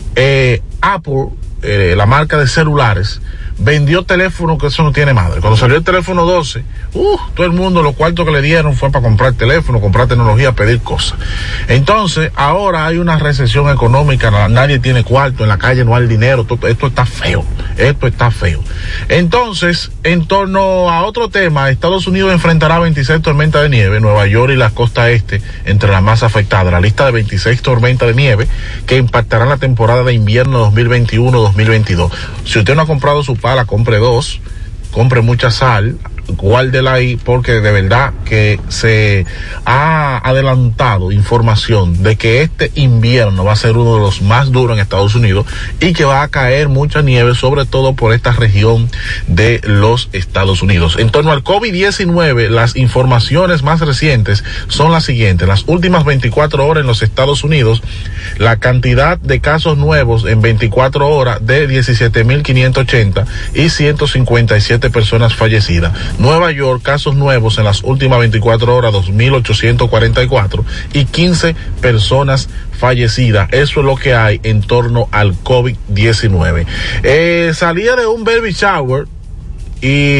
Eh, Apple, eh, la marca de celulares, vendió teléfono que eso no tiene madre. Cuando salió el teléfono doce, uh, todo el mundo, los cuartos que le dieron fue para comprar teléfono, comprar tecnología, pedir cosas. Entonces, ahora hay una recesión económica, nadie tiene cuarto, en la calle no hay dinero, todo, esto está feo, esto está feo. Entonces, en torno a otro tema, Estados Unidos enfrentará veintiséis tormentas de nieve, Nueva York y la costa este entre las más afectadas. La lista de veintiséis tormentas de nieve que impactarán la temporada de invierno dos mil veintiuno dos mil veintidós. Si usted no ha comprado su pala, compre dos, compre mucha sal, guárdela ahí, porque de verdad que se ha adelantado información de que este invierno va a ser uno de los más duros en Estados Unidos y que va a caer mucha nieve, sobre todo por esta región de los Estados Unidos. En torno al COVID diecinueve, las informaciones más recientes son las siguientes. Las últimas veinticuatro horas en los Estados Unidos, la cantidad de casos nuevos en veinticuatro horas de diecisiete mil quinientos ochenta y ciento cincuenta y siete personas fallecidas. Nueva York, casos nuevos en las últimas veinticuatro horas, dos mil ochocientos cuarenta y cuatro y quince personas fallecidas. Eso es lo que hay en torno al COVID diecinueve. Eh, salía de un baby shower y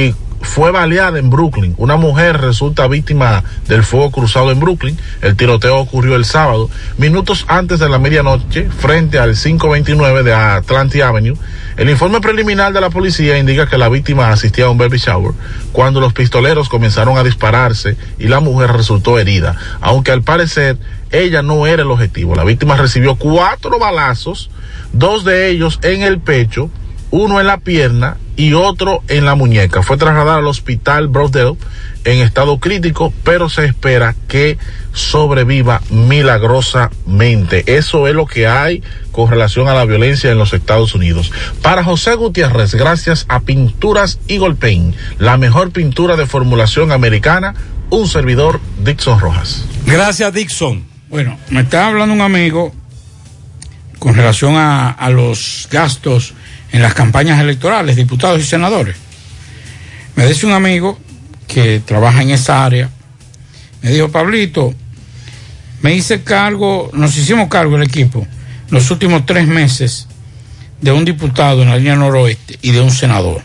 fue baleada en Brooklyn. Una mujer resulta víctima del fuego cruzado en Brooklyn. El tiroteo ocurrió el sábado, minutos antes de la medianoche, frente al quinientos veintinueve de Atlantic Avenue. El informe preliminar de la policía indica que la víctima asistía a un baby shower cuando los pistoleros comenzaron a dispararse y la mujer resultó herida, aunque al parecer ella no era el objetivo. La víctima recibió cuatro balazos, dos de ellos en el pecho, uno en la pierna y otro en la muñeca. Fue trasladada al hospital Broadell en estado crítico, pero se espera que sobreviva milagrosamente. Eso es lo que hay con relación a la violencia en los Estados Unidos. Para José Gutiérrez, gracias a Pinturas Eagle Paint, la mejor pintura de formulación americana, un servidor, Dixon Rojas. Gracias, Dixon. Bueno, me está hablando un amigo con relación a, a los gastos en las campañas electorales, diputados y senadores. Me dice un amigo que trabaja en esa área, me dijo: Pablito, me hice cargo, nos hicimos cargo el equipo, los últimos tres meses de un diputado en la línea noroeste y de un senador.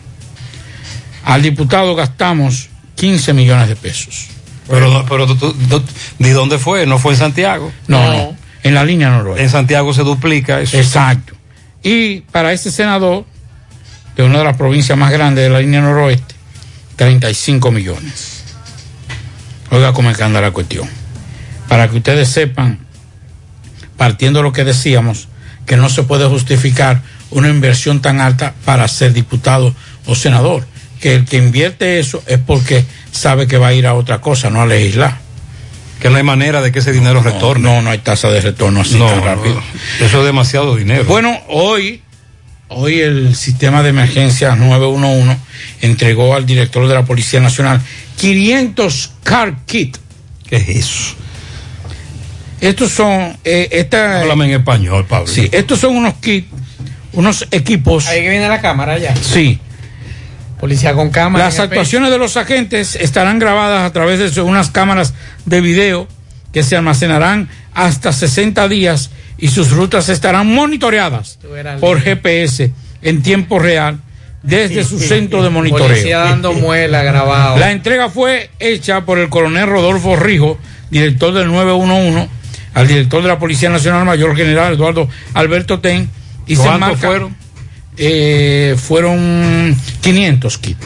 Al diputado gastamos quince millones de pesos. Pero, pero tú, tú, tú, ¿de dónde fue? ¿No fue en Santiago? No, no, no, en la línea noroeste. En Santiago se duplica eso. Exacto. Y para ese senador, de una de las provincias más grandes de la línea noroeste, treinta y cinco millones. Oiga cómo es que anda la cuestión. Para que ustedes sepan, partiendo de lo que decíamos, que no se puede justificar una inversión tan alta para ser diputado o senador. Que el que invierte eso es porque sabe que va a ir a otra cosa, no a legislar. Que no hay manera de que ese dinero no, retorne. No, no hay tasa de retorno así no, tan rápido. No, eso es demasiado dinero. Bueno, hoy, hoy el sistema de emergencia nueve uno uno entregó al director de la Policía Nacional quinientos car kit. ¿Qué es eso? Estos son... Eh, esta, Háblame en español, Pablo. Sí, estos son unos kits, unos equipos... Ahí que viene la cámara ya. Sí. Policía con cámara. Las actuaciones de los agentes estarán grabadas a través de unas cámaras de video que se almacenarán hasta sesenta días y sus rutas estarán monitoreadas por G P S en tiempo real desde su centro de monitoreo. Policía dando muela grabado. La entrega fue hecha por el coronel Rodolfo Rijo, director del nueve uno uno, al director de la Policía Nacional, mayor general Eduardo Alberto Ten. Y ¿Cuántos fueron? Eh, fueron quinientos kits.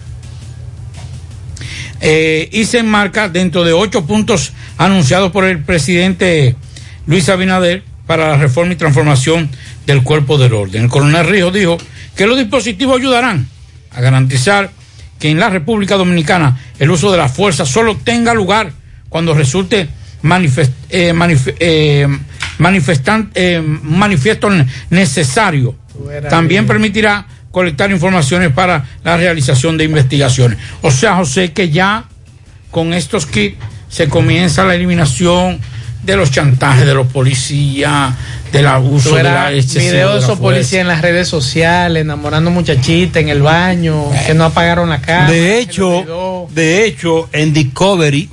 Eh, y se enmarca dentro de ocho puntos anunciados por el presidente Luis Abinader para la reforma y transformación del cuerpo del orden. El coronel Rijo dijo que los dispositivos ayudarán a garantizar que en la República Dominicana el uso de la fuerza solo tenga lugar cuando resulte manifest, eh, manif, eh, manifestan, eh, manifiesto necesario. También permitirá colectar informaciones para la realización de investigaciones. O sea, José, que ya con estos kits se comienza la eliminación de los chantajes de los policías, del abuso de la excesiva video de esos fuerza. policías en las redes sociales, enamorando muchachitas en el baño, eh. que no apagaron la cámara. De hecho, de hecho, en Discovery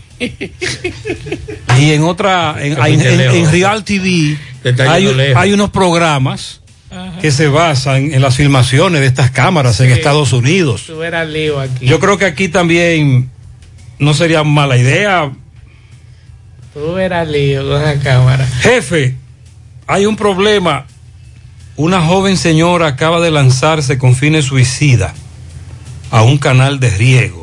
y en otra, en, en, en, en Real T V, hay, hay unos programas Ajá. que se basan en las filmaciones de estas cámaras sí. en Estados Unidos. Tú eras lío aquí. Yo creo que aquí también no sería mala idea. Tú eras lío con la cámara. Jefe, hay un problema. Una joven señora acaba de lanzarse con fines suicidas a un canal de riego.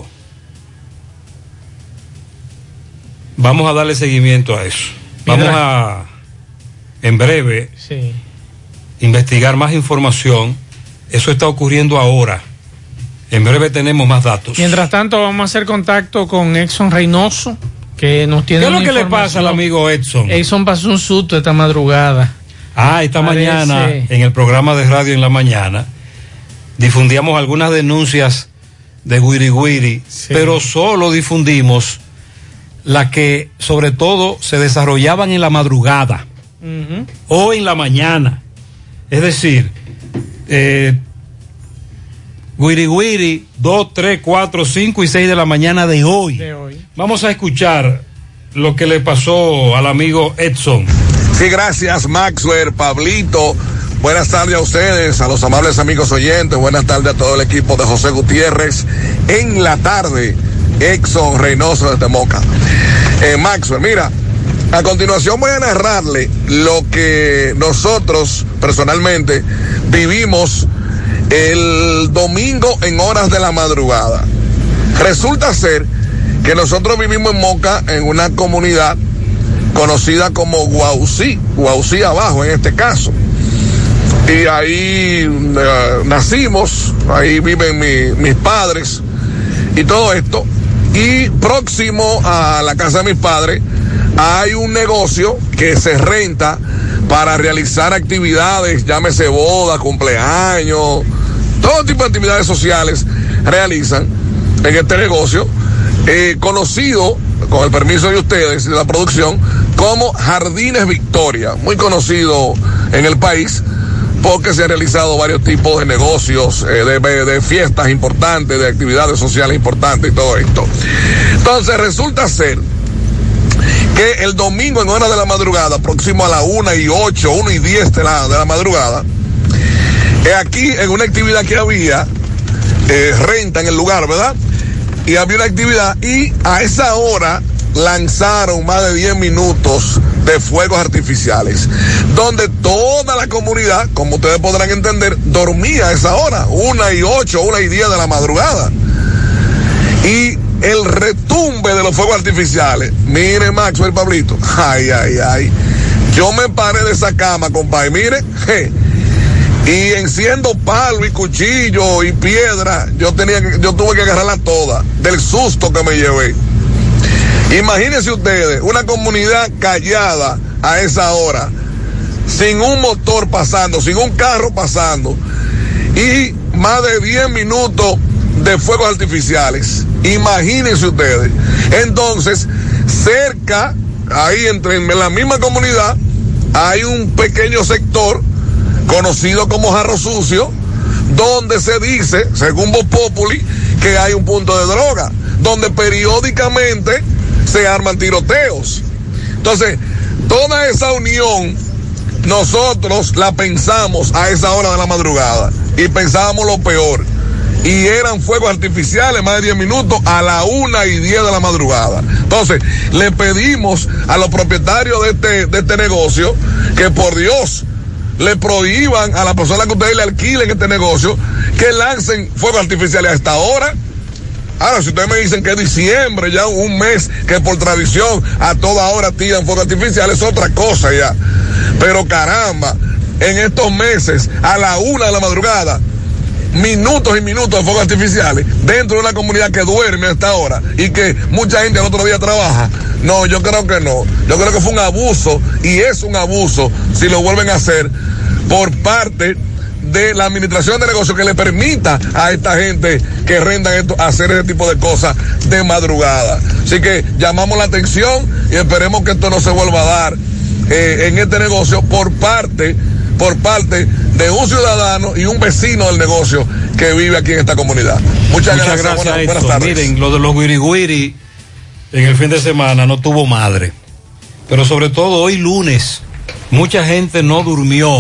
Vamos a darle seguimiento a eso. Vamos a, en breve, sí. investigar más información. Eso está ocurriendo ahora. En breve tenemos más datos. Mientras tanto, vamos a hacer contacto con Edson Reynoso, que nos tiene. ¿Qué es lo que le pasa al amigo Edson? Edson pasó un susto esta madrugada. Ah, esta Parece. mañana, en el programa de radio en la mañana, difundíamos algunas denuncias de Guiri Guiri, sí. pero solo difundimos las que, sobre todo, se desarrollaban en la madrugada uh-huh. o en la mañana. Es decir, eh, Guiri Guiri, dos, tres, cuatro, cinco y seis de la mañana de hoy. de hoy. Vamos a escuchar lo que le pasó al amigo Edson. Sí, gracias, Maxwell, Pablito. Buenas tardes a ustedes, a los amables amigos oyentes. Buenas tardes a todo el equipo de José Gutiérrez. En la tarde, Exxon Reynoso desde Moca. Eh, Maxwell, mira, a continuación voy a narrarle lo que nosotros personalmente vivimos el domingo en horas de la madrugada. Resulta ser que nosotros vivimos en Moca, en una comunidad conocida como Guaucí, Guaucí abajo en este caso. Y ahí uh, nacimos, ahí viven mi, mis padres y todo esto. Y próximo a la casa de mis padres hay un negocio que se renta para realizar actividades, llámese boda, cumpleaños, todo tipo de actividades sociales realizan en este negocio, eh, conocido, con el permiso de ustedes y de la producción, como Jardines Victoria, muy conocido en el país, porque se han realizado varios tipos de negocios, eh, de, de fiestas importantes, de actividades sociales importantes y todo esto. Entonces resulta ser que el domingo en hora de la madrugada, próximo a la una y ocho, una y diez de la, de la madrugada, eh, aquí en una actividad que había, eh, renta en el lugar, ¿verdad? Y había una actividad y a esa hora lanzaron más de diez minutos de fuegos artificiales, donde toda la comunidad, como ustedes podrán entender, dormía a esa hora, una y ocho, una y diez de la madrugada. Y el retumbe de los fuegos artificiales, mire Maxwell, Pablito, ay, ay, ay, yo me paré de esa cama, compadre, mire, je, y enciendo palo y cuchillo y piedra, yo tenía que, yo tuve que agarrarla toda, del susto que me llevé. Imagínense ustedes, una comunidad callada a esa hora, sin un motor pasando, sin un carro pasando, y más de diez minutos de fuegos artificiales. Imagínense ustedes. Entonces, cerca, ahí entre en la misma comunidad, hay un pequeño sector conocido como Jarro Sucio, donde se dice, según Voz Populi, que hay un punto de droga, donde periódicamente se arman tiroteos. Entonces, toda esa unión nosotros la pensamos a esa hora de la madrugada y pensábamos lo peor, y eran fuegos artificiales más de diez minutos a la una y diez de la madrugada. Entonces, le pedimos a los propietarios de este, de este negocio que por Dios le prohíban a la persona que ustedes le alquilen este negocio que lancen fuegos artificiales a esta hora. Ahora, si ustedes me dicen que es diciembre, ya un mes que por tradición a toda hora tiran fuegos artificiales, es otra cosa ya. Pero caramba, en estos meses, a la una de la madrugada, minutos y minutos de fuegos artificiales dentro de una comunidad que duerme a esta hora y que mucha gente al otro día trabaja. No, yo creo que no. Yo creo que fue un abuso, y es un abuso si lo vuelven a hacer por parte de la administración de negocios, que le permita a esta gente que rentan esto hacer ese tipo de cosas de madrugada. Así que llamamos la atención y esperemos que esto no se vuelva a dar eh, en este negocio por parte por parte de un ciudadano y un vecino del negocio que vive aquí en esta comunidad. Muchas, Muchas gracias, gracias buenas, buenas tardes. Miren, lo de los guiriguiri en el fin de semana no tuvo madre, pero sobre todo hoy lunes mucha gente no durmió.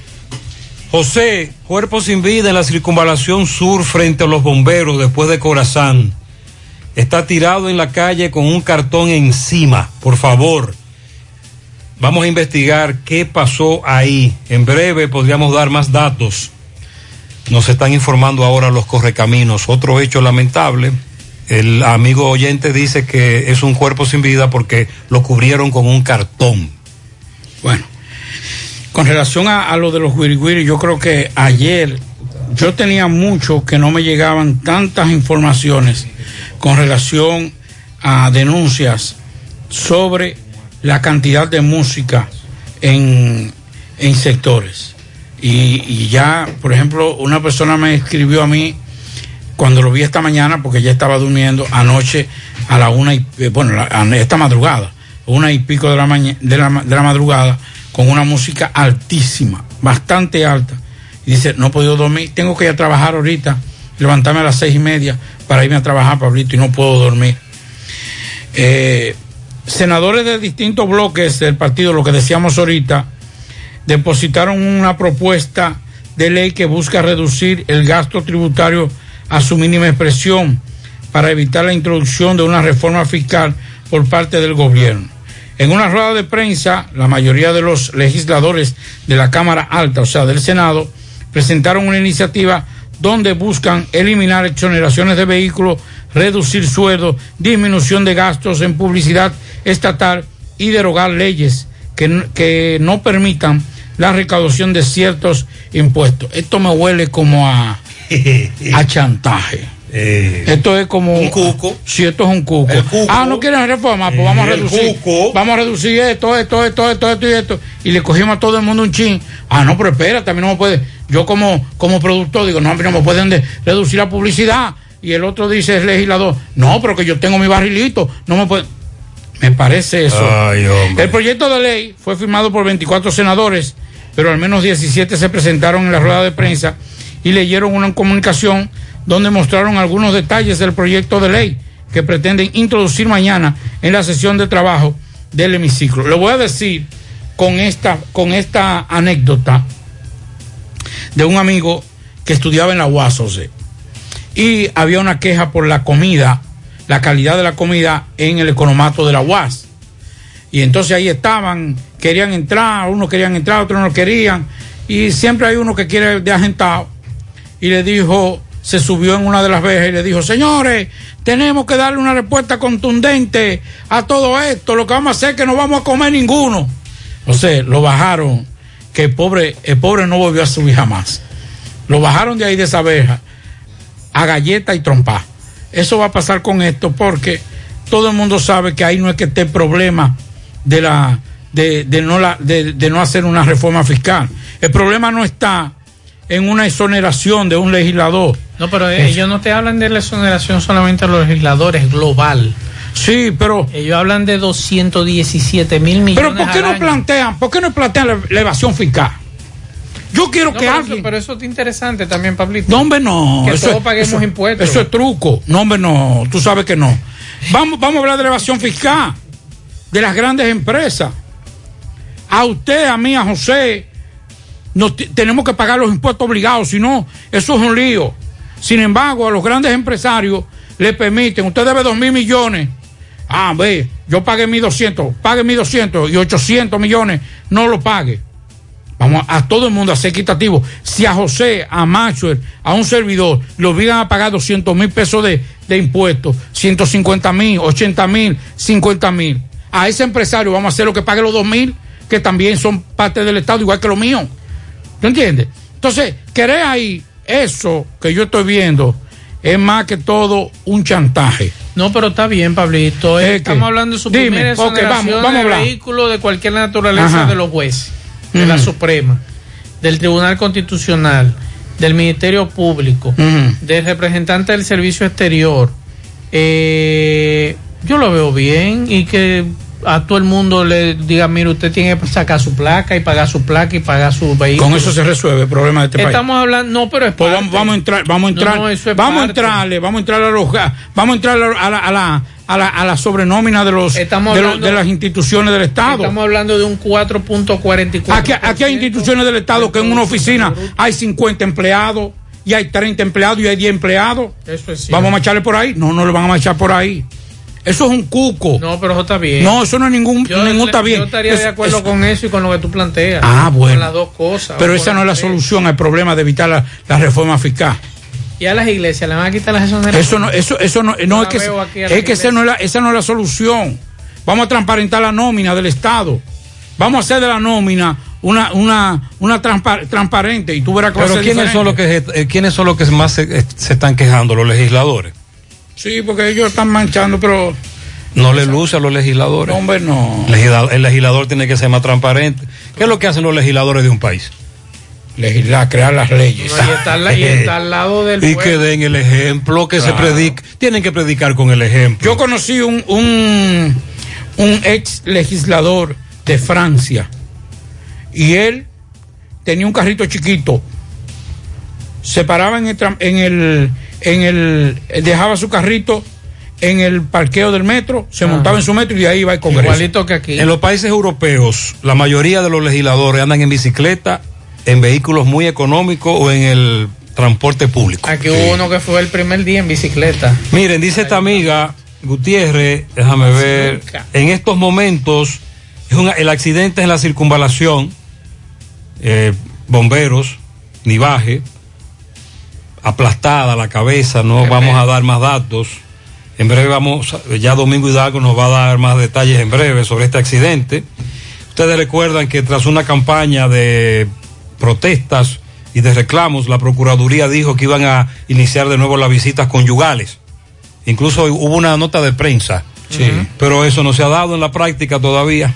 José, cuerpo sin vida en la circunvalación sur frente a los bomberos después de Corazán. Está tirado en la calle con un cartón encima. Por favor, vamos a investigar qué pasó ahí. En breve podríamos dar más datos. Nos están informando ahora los correcaminos. Otro hecho lamentable. El amigo oyente dice que es un cuerpo sin vida porque lo cubrieron con un cartón. Bueno. Con relación a, a lo de los guiriguiri, yo creo que ayer yo tenía mucho que no me llegaban tantas informaciones con relación a denuncias sobre la cantidad de música en, en sectores. Y, y ya, por ejemplo, una persona me escribió a mí cuando lo vi esta mañana, porque ya estaba durmiendo anoche a la una y, bueno, la, esta madrugada, una y pico de la, maña, de la, de la madrugada, con una música altísima, bastante alta. Y dice, no he podido dormir, tengo que ir a trabajar ahorita, levantarme a las seis y media para irme a trabajar, Pablito, y no puedo dormir. Eh, senadores de distintos bloques del partido, lo que decíamos ahorita, depositaron una propuesta de ley que busca reducir el gasto tributario a su mínima expresión para evitar la introducción de una reforma fiscal por parte del gobierno. En una rueda de prensa, la mayoría de los legisladores de la Cámara Alta, o sea, del Senado, presentaron una iniciativa donde buscan eliminar exoneraciones de vehículos, reducir sueldos, disminución de gastos en publicidad estatal y derogar leyes que, que no permitan la recaudación de ciertos impuestos. Esto me huele como a, a chantaje. Eh, esto es como un cuco. Si sí, esto es un cuco. cuco. Ah, no quieren reforma, pues vamos a reducir. Cuco. Vamos a reducir esto, esto, esto, esto, esto y esto. Y le cogimos a todo el mundo un chin. Ah, no, pero espérate, a mí no me puede. Yo como, como productor digo, no, a mí no me pueden de, reducir la publicidad. Y el otro dice, el legislador, no, pero que yo tengo mi barrilito, no me puede. Me parece eso. Ay, el proyecto de ley fue firmado por veinticuatro senadores, pero al menos diecisiete se presentaron en la rueda de prensa y leyeron una comunicación donde mostraron algunos detalles del proyecto de ley que pretenden introducir mañana en la sesión de trabajo del hemiciclo. Le voy a decir con esta, con esta anécdota de un amigo que estudiaba en la U A S, José, y había una queja por la comida, la calidad de la comida en el economato de la U A S. Y entonces ahí estaban, querían entrar, unos querían entrar, otros no querían, y siempre hay uno que quiere de agentado, y le dijo, se subió en una de las vejas y le dijo, señores, tenemos que darle una respuesta contundente a todo esto, lo que vamos a hacer es que no vamos a comer ninguno. O sea, lo bajaron, que el pobre, el pobre no volvió a subir jamás. Lo bajaron de ahí de esa verja a galleta y trompa. Eso va a pasar con esto porque todo el mundo sabe que ahí no es que esté el problema de la de, de no la de, de no hacer una reforma fiscal. El problema no está en una exoneración de un legislador. No, pero es, ellos no te hablan de la exoneración solamente a los legisladores, global. Sí, pero ellos hablan de doscientos diecisiete mil millones. Pero ¿por qué no año? plantean, por qué no plantean la, la evasión fiscal? Yo quiero no, que pero alguien. Eso, pero eso es interesante también, Pablito. No, hombre, no. Que eso todos es, paguemos eso, impuestos. Eso es truco. No, hombre, no. Tú sabes que no. Vamos, vamos a hablar de la evasión fiscal de las grandes empresas. A usted, a mí, a José, nos t- tenemos que pagar los impuestos obligados, si no, eso es un lío. Sin embargo, a los grandes empresarios le permiten, usted debe dos mil millones. Ah, ve, yo pagué mil doscientos, pague mil doscientos y ochocientos millones, no lo pague. Vamos a, a todo el mundo a ser equitativo. Si a José, a Maxwell, a un servidor, le obligan a pagar doscientos mil pesos de, de impuestos, ciento cincuenta mil, ochenta mil, cincuenta mil, a ese empresario vamos a hacer lo que pague los dos mil, que también son parte del Estado, igual que lo mío. ¿Tú entiendes? Entonces, querer ahí eso que yo estoy viendo es más que todo un chantaje. No, pero está bien, Pablito. Es Estamos que, hablando de su dime, primera exoneración okay, vamos, vamos de vehículo de cualquier naturaleza. Ajá. De los jueces, de uh-huh. la Suprema, del Tribunal Constitucional, del Ministerio Público, uh-huh. del representante del Servicio Exterior. Eh, yo lo veo bien y que a todo el mundo le diga, mire, usted tiene que sacar su placa y pagar su placa y pagar su vehículo. Con eso se resuelve el problema de este Estamos país. Estamos hablando, no, pero es pues vamos, vamos a entrar, vamos a entrar, no, no, eso es vamos parte. a entrarle, vamos a entrar a los, vamos a entrar a la, a la, a la, a la sobrenómina de los, de, hablando, los de las instituciones del Estado. Estamos hablando de un cuatro punto cuarenta y cuatro. Aquí, aquí hay instituciones del Estado que en una oficina hay cincuenta empleados y hay treinta empleados y hay diez empleados. Eso es cierto. Vamos a marcharle por ahí. No, no le van a marchar por ahí. Eso es un cuco. No, pero eso está bien. No, eso no es ningún, yo, ningún está bien. Yo estaría es, de acuerdo es, con eso y con lo que tú planteas. Ah, bueno. Con las dos cosas. Pero esa no es la solución al problema de evitar la, la reforma fiscal. Y a las iglesias le van a quitar las exoneraciones. Eso no, eso, eso no, no es que, es que esa no es, la, esa no es la solución. Vamos a transparentar la nómina del Estado. Vamos a hacer de la nómina una, una, una transpa- transparente y tú verás que Pero ¿quiénes son los que, eh, ¿quiénes son los que más se, se están quejando? Los legisladores. Sí, porque ellos están manchando, pero no le luce a los legisladores. No, hombre, no. El legislador tiene que ser más transparente. ¿Qué es lo que hacen los legisladores de un país? Legislar, crear las leyes. No, y, está, y está al lado del y pueblo. que den el ejemplo, que claro. se predique. Tienen que predicar con el ejemplo. Yo conocí un, un, un ex legislador de Francia y él tenía un carrito chiquito. Se paraba en el, en el, en el, dejaba su carrito en el parqueo del metro, se Ajá. montaba en su metro y de ahí iba al Congreso. Igualito que aquí. En los países europeos, la mayoría de los legisladores andan en bicicleta, en vehículos muy económicos o en el transporte público. Aquí hubo uno que fue el primer día en bicicleta. Miren, dice esta amiga Gutiérrez, déjame ver, en estos momentos es un- el accidente es en la circunvalación, eh, bomberos, Nivaje, aplastada la cabeza, no vamos a dar más datos. En breve vamos, ya Domingo Hidalgo nos va a dar más detalles en breve sobre este accidente. Ustedes recuerdan que tras una campaña de protestas y de reclamos, la Procuraduría dijo que iban a iniciar de nuevo las visitas conyugales. Incluso hubo una nota de prensa, Sí. pero eso no se ha dado en la práctica todavía.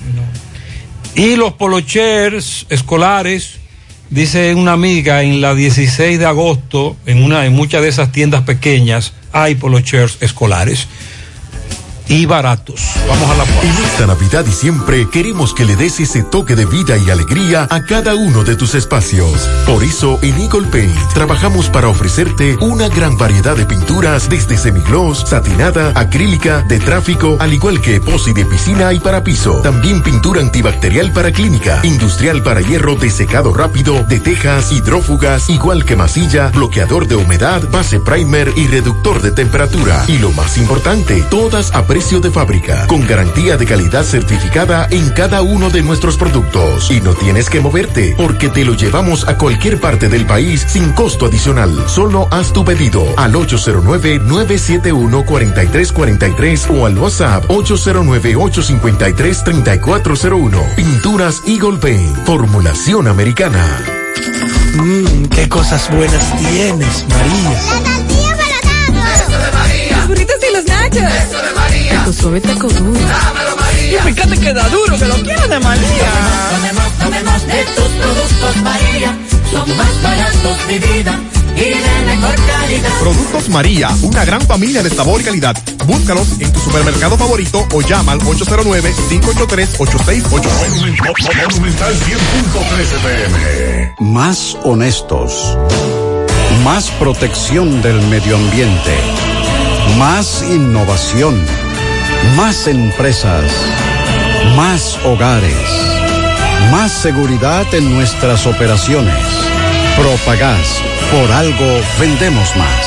Y los polochers escolares, dice una amiga, en la dieciséis de agosto, en una en muchas de esas tiendas pequeñas, hay polochers escolares y baratos. Vamos a la pausa. En esta Navidad y siempre queremos que le des ese toque de vida y alegría a cada uno de tus espacios. Por eso en Eagle Paint trabajamos para ofrecerte una gran variedad de pinturas desde semigloss, satinada, acrílica, de tráfico, al igual que epoxi de piscina y para piso. También pintura antibacterial para clínica, industrial para hierro de secado rápido, de tejas, hidrófugas, igual que masilla, bloqueador de humedad, base primer y reductor de temperatura. Y lo más importante, todas a precio de fábrica, con garantía de calidad certificada en cada uno de nuestros productos. Y no tienes que moverte, porque te lo llevamos a cualquier parte del país sin costo adicional. Solo haz tu pedido al ocho cero nueve, nueve siete uno, cuatro tres cuatro tres o al WhatsApp ocho cero nueve, ocho cinco tres, tres cuatro cero uno. Pinturas Eagle Paint, formulación americana. Mmm, qué cosas buenas tienes, María. La tortilla para Eso de María. Los burritos y los nachos. Eso de María. Tu suave taco duro. Dámelo, María. Y fíjate que da duro, que lo quiero de María. Tomemos, tomemos de tus productos, María. Son más baratos de vida y de mejor calidad. Productos María, una gran familia de sabor y calidad. Búscalos en tu supermercado favorito o llama al ocho cero nueve, cinco ocho tres, ocho seis ocho seis. Monumental cien punto trece P M. Más honestos. Más protección del medio ambiente. Más innovación. Más empresas. Más hogares. Más seguridad en nuestras operaciones. Propagás. Por algo vendemos más.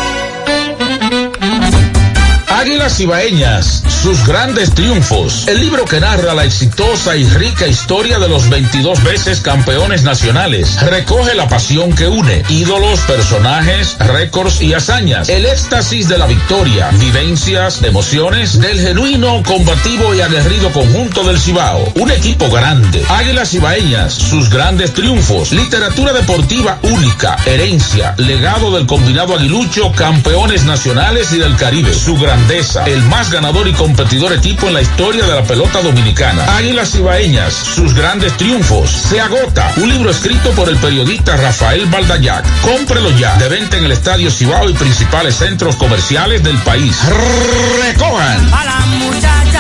Águilas Ibaeñas, sus grandes triunfos. El libro que narra la exitosa y rica historia de los veintidós veces campeones nacionales. Recoge la pasión que une, ídolos, personajes, récords y hazañas. El éxtasis de la victoria, vivencias, emociones del genuino, combativo y aguerrido conjunto del Cibao. Un equipo grande. Águilas Ibaeñas, sus grandes triunfos. Literatura deportiva única, herencia, legado del combinado aguilucho, campeones nacionales y del Caribe. Su grandeza, el más ganador y competidor equipo en la historia de la pelota dominicana. Águilas Ibaeñas, sus grandes triunfos. Se agota. Un libro escrito por el periodista Rafael Baldayac. Cómprelo ya. De venta en el Estadio Cibao y principales centros comerciales del país. Recojan. A la muchacha.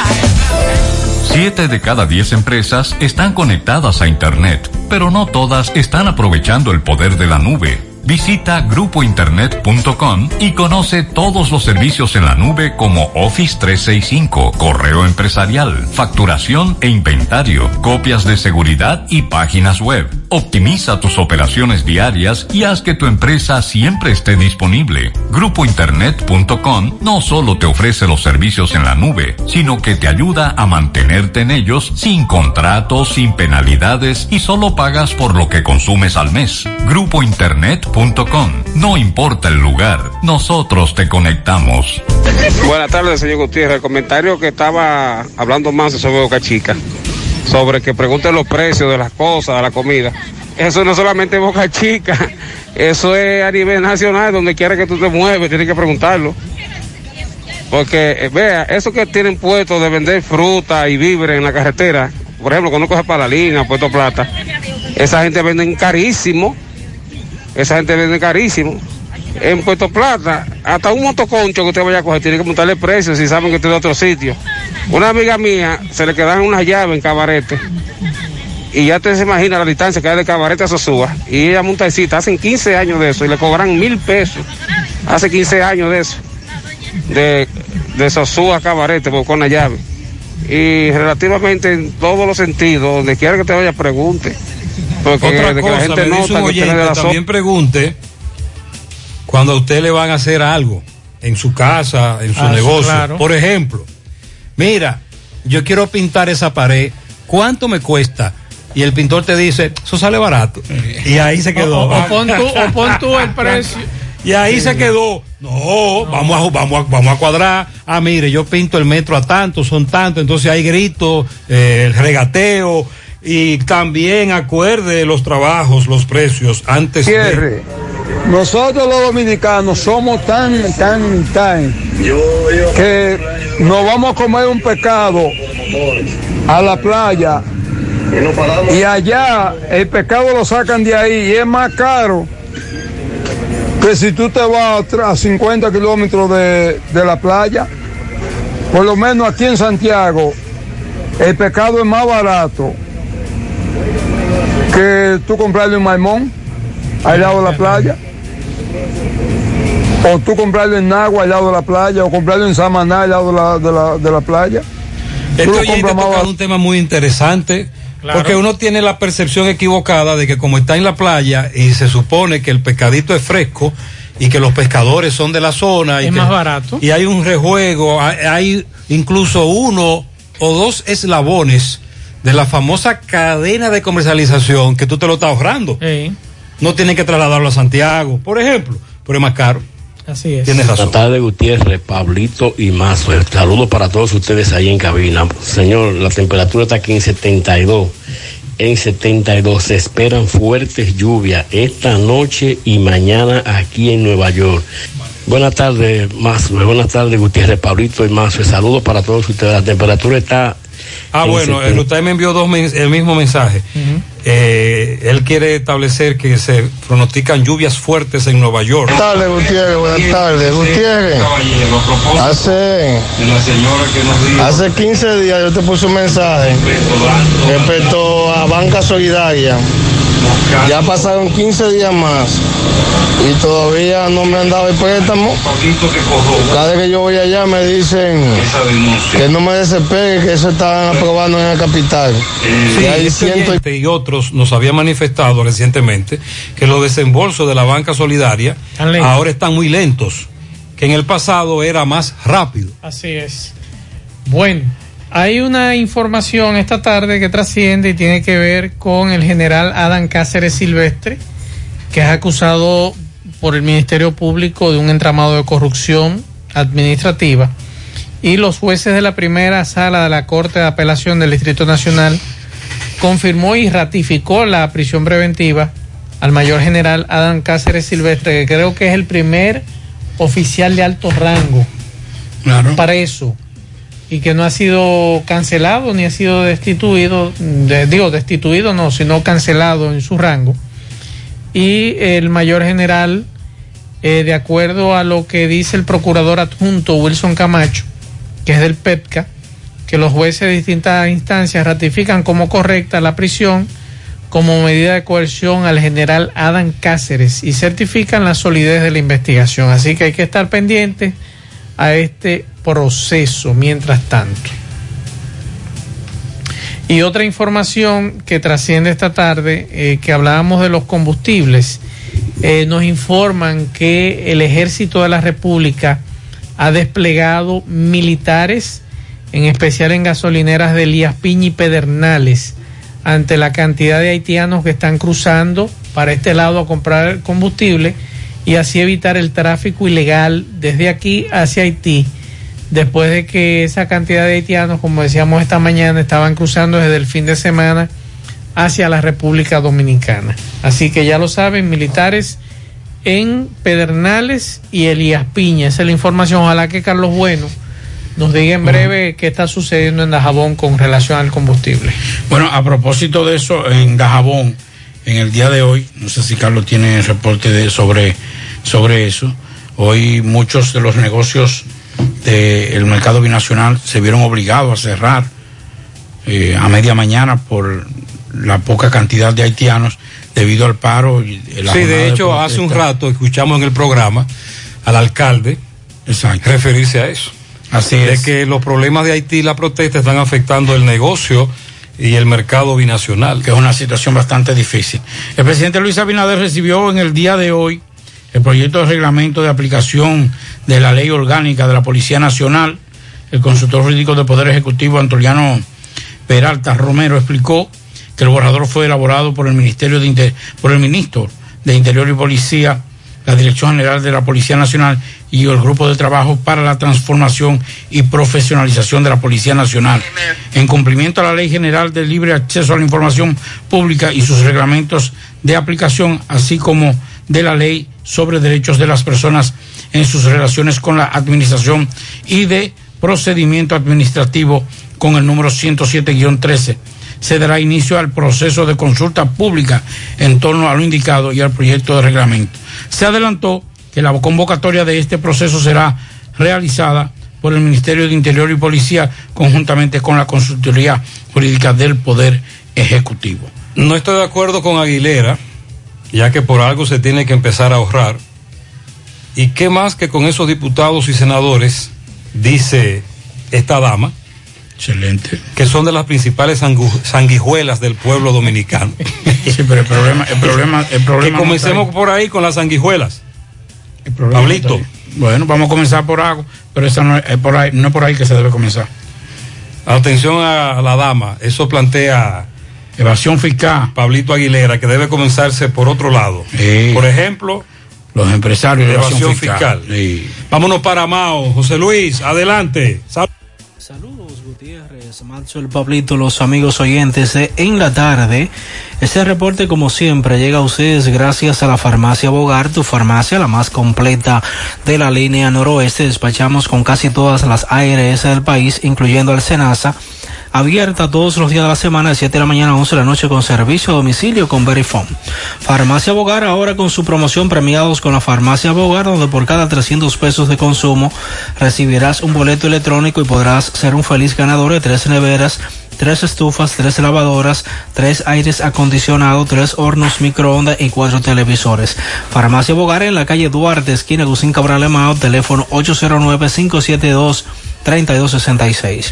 Siete de cada diez empresas están conectadas a Internet, pero no todas están aprovechando el poder de la nube. Visita grupo internet punto com y conoce todos los servicios en la nube como Office trescientos sesenta y cinco, correo empresarial, facturación e inventario, copias de seguridad y páginas web. Optimiza tus operaciones diarias y haz que tu empresa siempre esté disponible. grupo internet punto com no solo te ofrece los servicios en la nube, sino que te ayuda a mantenerte en ellos sin contratos, sin penalidades y solo pagas por lo que consumes al mes. grupo internet punto com. No importa el lugar, nosotros te conectamos. Buenas tardes, señor Gutiérrez. El comentario que estaba hablando más sobre Boca Chica, sobre que pregunten los precios de las cosas, de la comida. Eso no es solamente Boca Chica, eso es a nivel nacional, donde quiera que tú te mueves, tienes que preguntarlo. Porque, eh, vea, eso que tienen puestos de vender fruta y víveres en la carretera, por ejemplo, cuando uno coge para la línea, Puerto Plata, esa gente vende carísimo. Esa gente vende carísimo. En Puerto Plata, hasta un motoconcho que usted vaya a coger, tiene que montarle precios si saben que usted es de otro sitio. Una amiga mía se le quedan unas llaves en Cabarete. Y ya usted se imagina la distancia que hay de Cabarete a Sosúa. Y ella monta cita, hacen quince años de eso y le cobran mil pesos. Hace quince años de eso. de, de Sosúa a Cabarete, buscó una llave. Y relativamente en todos los sentidos, donde quiera que te vaya, pregunte. Porque otra de cosa, que la gente me dice nota un que oyente, tiene de la también so- pregunte cuando a usted le van a hacer algo en su casa, en su Ah, negocio. claro. Por ejemplo, mira, yo quiero pintar esa pared, ¿cuánto me cuesta? Y el pintor te dice, eso sale barato. Y ahí se quedó. O, o pon tú, o pon tú el precio. Y ahí se quedó. No, no, Vamos, a, vamos, a, vamos a cuadrar. Ah, mire, yo pinto el metro a tanto, son tanto. Entonces hay gritos, eh, el regateo. Y también acuerde los trabajos, los precios antes Cierre. de... Nosotros los dominicanos somos tan, tan, tan, que nos vamos a comer un pescado a la playa y allá el pescado lo sacan de ahí y es más caro que si tú te vas a cincuenta kilómetros de, de la playa. Por lo menos aquí en Santiago el pescado es más barato que tú comprarlo en Maimón, al lado de la playa, o tú comprarlo en Nagua, al lado de la playa, o comprarlo en Samaná, al lado de la, de la, de la playa. Este oyente toca un tema muy interesante, claro, porque uno tiene la percepción equivocada de que como está en la playa y se supone que el pescadito es fresco y que los pescadores son de la zona y es que, más barato, y hay un rejuego, hay, hay incluso uno o dos eslabones de la famosa cadena de comercialización que tú te lo estás ahorrando. Sí. No tienen que trasladarlo a Santiago, por ejemplo, pero es más caro. Así es. Tienes razón. Buenas tardes, Gutiérrez, Pablito y Mazo. Saludos para todos ustedes ahí en cabina. Señor, la temperatura está aquí en setenta y dos. En setenta y dos se esperan fuertes lluvias esta noche y mañana aquí en Nueva York. Buenas tardes, Mazo. Buenas tardes, Gutiérrez, Pablito y Mazo. Saludos para todos ustedes. La temperatura está... Ah, bueno, el usted me envió dos men- el mismo mensaje. Uh-huh. Eh, él quiere establecer que se pronostican lluvias fuertes en Nueva York. Buenas tardes, Gutiérrez, buenas tardes. Gutiérrez, hace, hace quince días yo te puse un mensaje respecto a Banca Solidaria. Ya pasaron quince días más y todavía no me han dado el préstamo. Cada vez que yo voy allá me dicen que no me desespere, que eso están aprobando en la capital. Sí, y, hay ciento... y otros nos habían manifestado recientemente que los desembolsos de la Banca Solidaria ahora están muy lentos, que en el pasado era más rápido. Así es. Bueno, hay una información esta tarde que trasciende y tiene que ver con el general Adán Cáceres Silvestre, que es acusado por el Ministerio Público de un entramado de corrupción administrativa, y los jueces de la primera sala de la Corte de Apelación del Distrito Nacional confirmó y ratificó la prisión preventiva al mayor general Adán Cáceres Silvestre, que creo que es el primer oficial de alto rango, claro, para eso, y que no ha sido cancelado ni ha sido destituido, de, digo destituido no, sino cancelado en su rango. Y el mayor general, eh, de acuerdo a lo que dice el procurador adjunto Wilson Camacho, que es del P E P C A, que los jueces de distintas instancias ratifican como correcta la prisión como medida de coerción al general Adán Cáceres y certifican la solidez de la investigación. Así que hay que estar pendientes a este proceso mientras tanto. Y otra información que trasciende esta tarde, eh, que hablábamos de los combustibles, eh, nos informan que el Ejército de la República ha desplegado militares, en especial en gasolineras de Elías Piña y Pedernales, ante la cantidad de haitianos que están cruzando para este lado a comprar combustible y así evitar el tráfico ilegal desde aquí hacia Haití, después de que esa cantidad de haitianos, como decíamos esta mañana, estaban cruzando desde el fin de semana hacia la República Dominicana. Así que ya lo saben, militares en Pedernales y Elías Piña. Esa es la información. Ojalá que Carlos Bueno nos diga en breve uh-huh. qué está sucediendo en Dajabón con relación al combustible. Bueno, a propósito de eso, en Dajabón, en el día de hoy, no sé si Carlos tiene reporte de, sobre, sobre eso, hoy muchos de los negocios del mercado binacional se vieron obligados a cerrar eh, a media mañana por la poca cantidad de haitianos debido al paro. Y la sí, de hecho, de hace un rato escuchamos en el programa al alcalde Exacto. referirse a eso. Así de es. que los problemas de Haití y la protesta están afectando el negocio y el mercado binacional. Que es una situación bastante difícil. El presidente Luis Abinader recibió en el día de hoy el proyecto de reglamento de aplicación de la ley orgánica de la Policía Nacional. El consultor jurídico del Poder Ejecutivo, Antoliano Peralta Romero, explicó que el borrador fue elaborado por el Ministerio de Inter... por el Ministro de Interior y Policía, la Dirección General de la Policía Nacional y el Grupo de Trabajo para la Transformación y Profesionalización de la Policía Nacional, en cumplimiento a la Ley General de Libre Acceso a la Información Pública y sus reglamentos de aplicación, así como de la Ley sobre Derechos de las Personas en sus relaciones con la Administración y de Procedimiento Administrativo con el número ciento siete guión trece. Se dará inicio al proceso de consulta pública en torno a lo indicado y al proyecto de reglamento. Se adelantó que la convocatoria de este proceso será realizada por el Ministerio de Interior y Policía conjuntamente con la Consultoría Jurídica del Poder Ejecutivo. No estoy de acuerdo con Aguilera, ya que por algo se tiene que empezar a ahorrar. ¿Y qué más que con esos diputados y senadores, dice esta dama? Excelente. Que son de las principales sangu- sanguijuelas del pueblo dominicano. Sí, pero el problema, el problema, el problema. Que comencemos no por ahí con las sanguijuelas. El problema Pablito. No bueno, vamos a comenzar por algo, pero esa no es, es por ahí, no es por ahí que se debe comenzar. Atención a la dama, eso plantea evasión fiscal. Pablito Aguilera, que debe comenzarse por otro lado. Sí. Por ejemplo, los empresarios de evasión, evasión fiscal. fiscal. Sí. Vámonos para Mao. José Luis, adelante. Sal- Saludos, Gutiérrez, Maxwell, Pablito, los amigos oyentes de En la Tarde. Este reporte, como siempre, llega a ustedes gracias a la Farmacia Bogar, tu farmacia, la más completa de la línea noroeste. Despachamos con casi todas las A R S del país, incluyendo el Senasa. Abierta todos los días de la semana, de siete de la mañana a once de la noche, con servicio a domicilio con Verifone. Farmacia Bogar ahora con su promoción premiados con la Farmacia Bogar, donde por cada trescientos pesos de consumo recibirás un boleto electrónico y podrás ser un feliz ganador de tres neveras, tres estufas, tres lavadoras, tres aires acondicionados, tres hornos microondas y cuatro televisores. Farmacia Bogar en la calle Duarte, esquina Gusín Cabral Emao, teléfono ocho cero nueve, cinco siete dos, tres dos seis seis.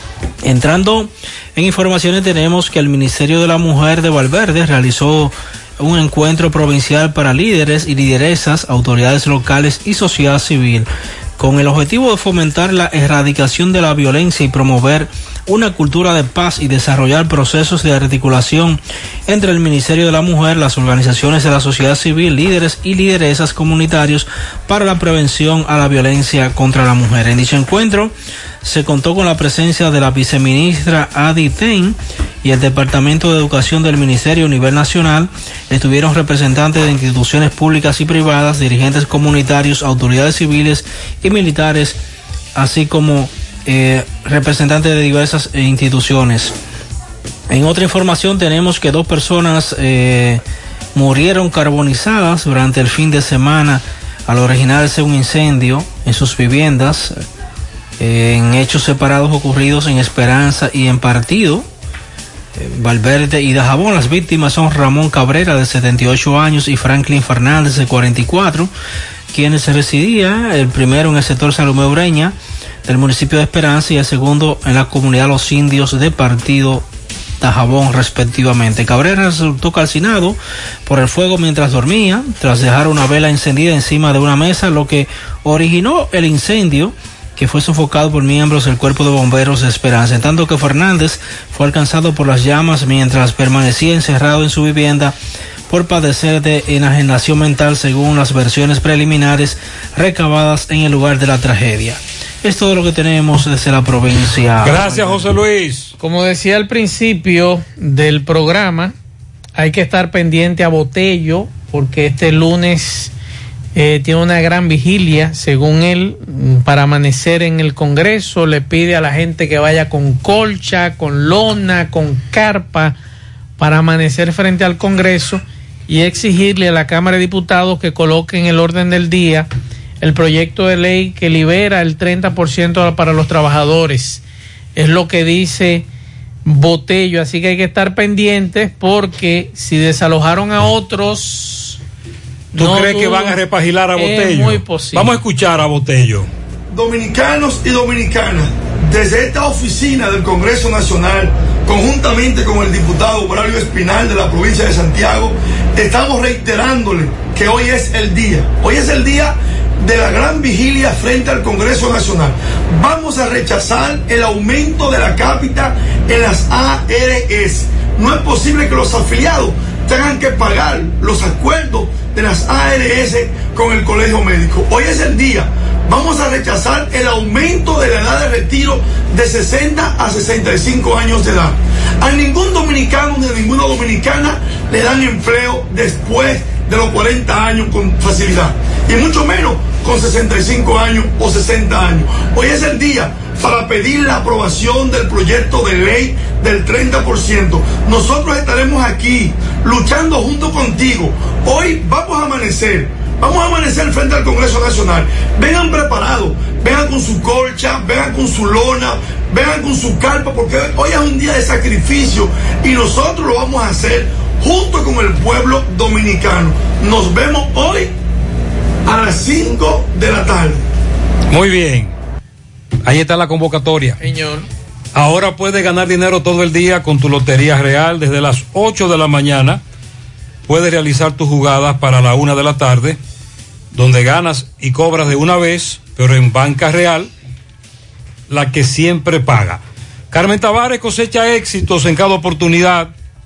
Entrando en informaciones, tenemos que el Ministerio de la Mujer de Valverde realizó un encuentro provincial para líderes y lideresas, autoridades locales y sociedad civil, con el objetivo de fomentar la erradicación de la violencia y promover una cultura de paz y desarrollar procesos de articulación entre el Ministerio de la Mujer, las organizaciones de la sociedad civil, líderes y lideresas comunitarios para la prevención a la violencia contra la mujer. En dicho encuentro se contó con la presencia de la viceministra Adi Ten y el Departamento de Educación del Ministerio a nivel nacional. Estuvieron representantes de instituciones públicas y privadas, dirigentes comunitarios, autoridades civiles y militares, así como eh, representantes de diversas eh, instituciones. En otra información tenemos que dos personas eh, murieron carbonizadas durante el fin de semana al originarse un incendio en sus viviendas, eh, en hechos separados ocurridos en Esperanza y en Partido, eh, Valverde y Dajabón. Las víctimas son Ramón Cabrera, de setenta y ocho años, y Franklin Fernández, de cuarenta y cuatro, quienes residían, el primero en el sector Salomé Ureña del municipio de Esperanza y el segundo en la comunidad Los Indios de Partido Dajabón, respectivamente. Cabrera resultó calcinado por el fuego mientras dormía, tras dejar una vela encendida encima de una mesa, lo que originó el incendio, que fue sofocado por miembros del Cuerpo de Bomberos de Esperanza, en tanto que Fernández fue alcanzado por las llamas mientras permanecía encerrado en su vivienda por padecer de enajenación mental, según las versiones preliminares recabadas en el lugar de la tragedia. Es todo lo que tenemos desde la provincia. Gracias, José Luis. Como decía al principio del programa, hay que estar pendiente a Botello, porque este lunes eh, tiene una gran vigilia, según él, para amanecer en el Congreso. Le pide a la gente que vaya con colcha, con lona, con carpa, para amanecer frente al Congreso y exigirle a la Cámara de Diputados que coloque en el orden del día el proyecto de ley que libera el treinta por ciento para los trabajadores. Es lo que dice Botello, así que hay que estar pendientes, porque si desalojaron a otros... ¿Tú no crees dudo, que van a repagilar a Botello? Es muy posible. Vamos a escuchar a Botello. dominicanos y dominicanas, desde esta oficina del Congreso Nacional, conjuntamente con el diputado Braulio Espinal de la provincia de Santiago, estamos reiterándole que hoy es el día, hoy es el día de la gran vigilia frente al Congreso Nacional. Vamos a rechazar el aumento de la cápita en las A R S. No es posible que los afiliados tengan que pagar los acuerdos de las A R S con el colegio médico. Hoy es el día. Vamos a rechazar el aumento de la edad de retiro de sesenta a sesenta y cinco años de edad. A ningún dominicano ni a ninguna dominicana le dan empleo después de los cuarenta años con facilidad, y mucho menos con sesenta y cinco años o sesenta años. Hoy es el día para pedir la aprobación del proyecto de ley del treinta por ciento. Nosotros estaremos aquí luchando junto contigo. Hoy vamos a amanecer, vamos a amanecer frente al Congreso Nacional. Vengan preparados, vengan con su colcha, vengan con su lona, vengan con su carpa, porque hoy es un día de sacrificio y nosotros lo vamos a hacer junto con el pueblo dominicano. Nos vemos hoy a las cinco de la tarde. Muy bien. Ahí está la convocatoria. Señor. Ahora puedes ganar dinero todo el día con tu Lotería Real. Desde las ocho de la mañana puedes realizar tus jugadas para la una de la tarde, donde ganas y cobras de una vez, pero en Banca Real, la que siempre paga. Carmen Tavares cosecha éxitos en cada oportunidad.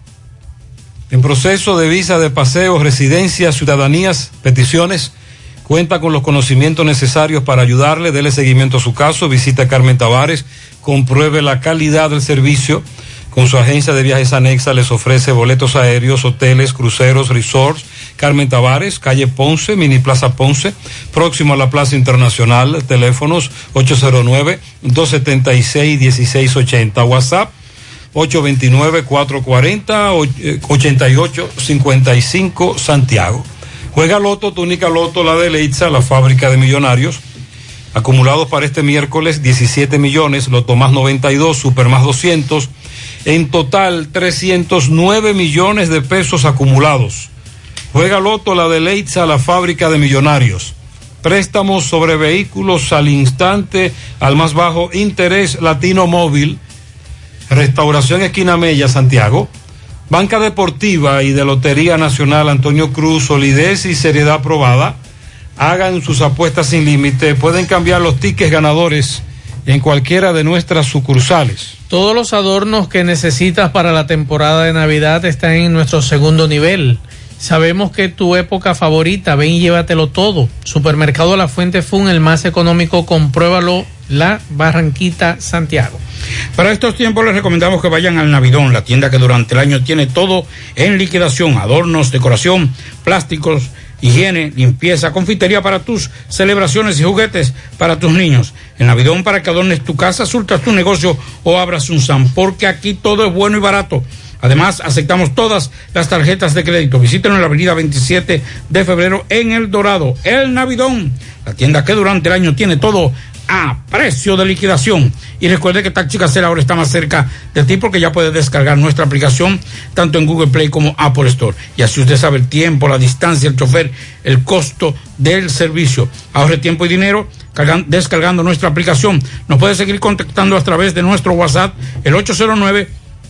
En proceso de visa de paseo, residencias, ciudadanías, peticiones, cuenta con los conocimientos necesarios para ayudarle. Dele seguimiento a su caso. Visita a Carmen Tavares, compruebe la calidad del servicio. Con su agencia de viajes anexa les ofrece boletos aéreos, hoteles, cruceros, resorts. Carmen Tavares, calle Ponce, Mini Plaza Ponce, próximo a la Plaza Internacional. Teléfonos ocho cero nueve, dos siete seis, uno seis ocho cero. WhatsApp ocho dos nueve, cuatro cuatro cero, ocho ocho cinco cinco, Santiago. Juega Loto, tu única Loto, la de Leitza, la fábrica de millonarios. Acumulados para este miércoles diecisiete millones, Loto más noventa y dos, Super más doscientos. En total trescientos nueve millones de pesos acumulados. Juega Loto, la de Leitza, la fábrica de millonarios. Préstamos sobre vehículos al instante, al más bajo interés, Latino Móvil. Restauración Esquina Mella, Santiago. Banca Deportiva y de Lotería Nacional Antonio Cruz, solidez y seriedad probada. Hagan sus apuestas sin límite. Pueden cambiar los tickets ganadores en cualquiera de nuestras sucursales. Todos los adornos que necesitas para la temporada de Navidad están en nuestro segundo nivel. Sabemos que es tu época favorita, ven y llévatelo todo. Supermercado La Fuente Fun, el más económico, compruébalo, La Barranquita, Santiago. Para estos tiempos les recomendamos que vayan al Navidón, la tienda que durante el año tiene todo en liquidación: adornos, decoración, plásticos, higiene, limpieza, confitería para tus celebraciones y juguetes para tus niños. El Navidón, para que adornes tu casa, surtas tu negocio o abras un S A M, porque aquí todo es bueno y barato. Además, aceptamos todas las tarjetas de crédito. Visítenos en la avenida veintisiete de febrero en El Dorado. El Navidón, la tienda que durante el año tiene todo a precio de liquidación. Y recuerde que Taxi Gacela ahora está más cerca de ti, porque ya puedes descargar nuestra aplicación tanto en Google Play como Apple Store. Y así usted sabe el tiempo, la distancia, el chofer, el costo del servicio. Ahorre tiempo y dinero cargan, descargando nuestra aplicación. Nos puede seguir contactando a través de nuestro WhatsApp, el ocho cero nueve,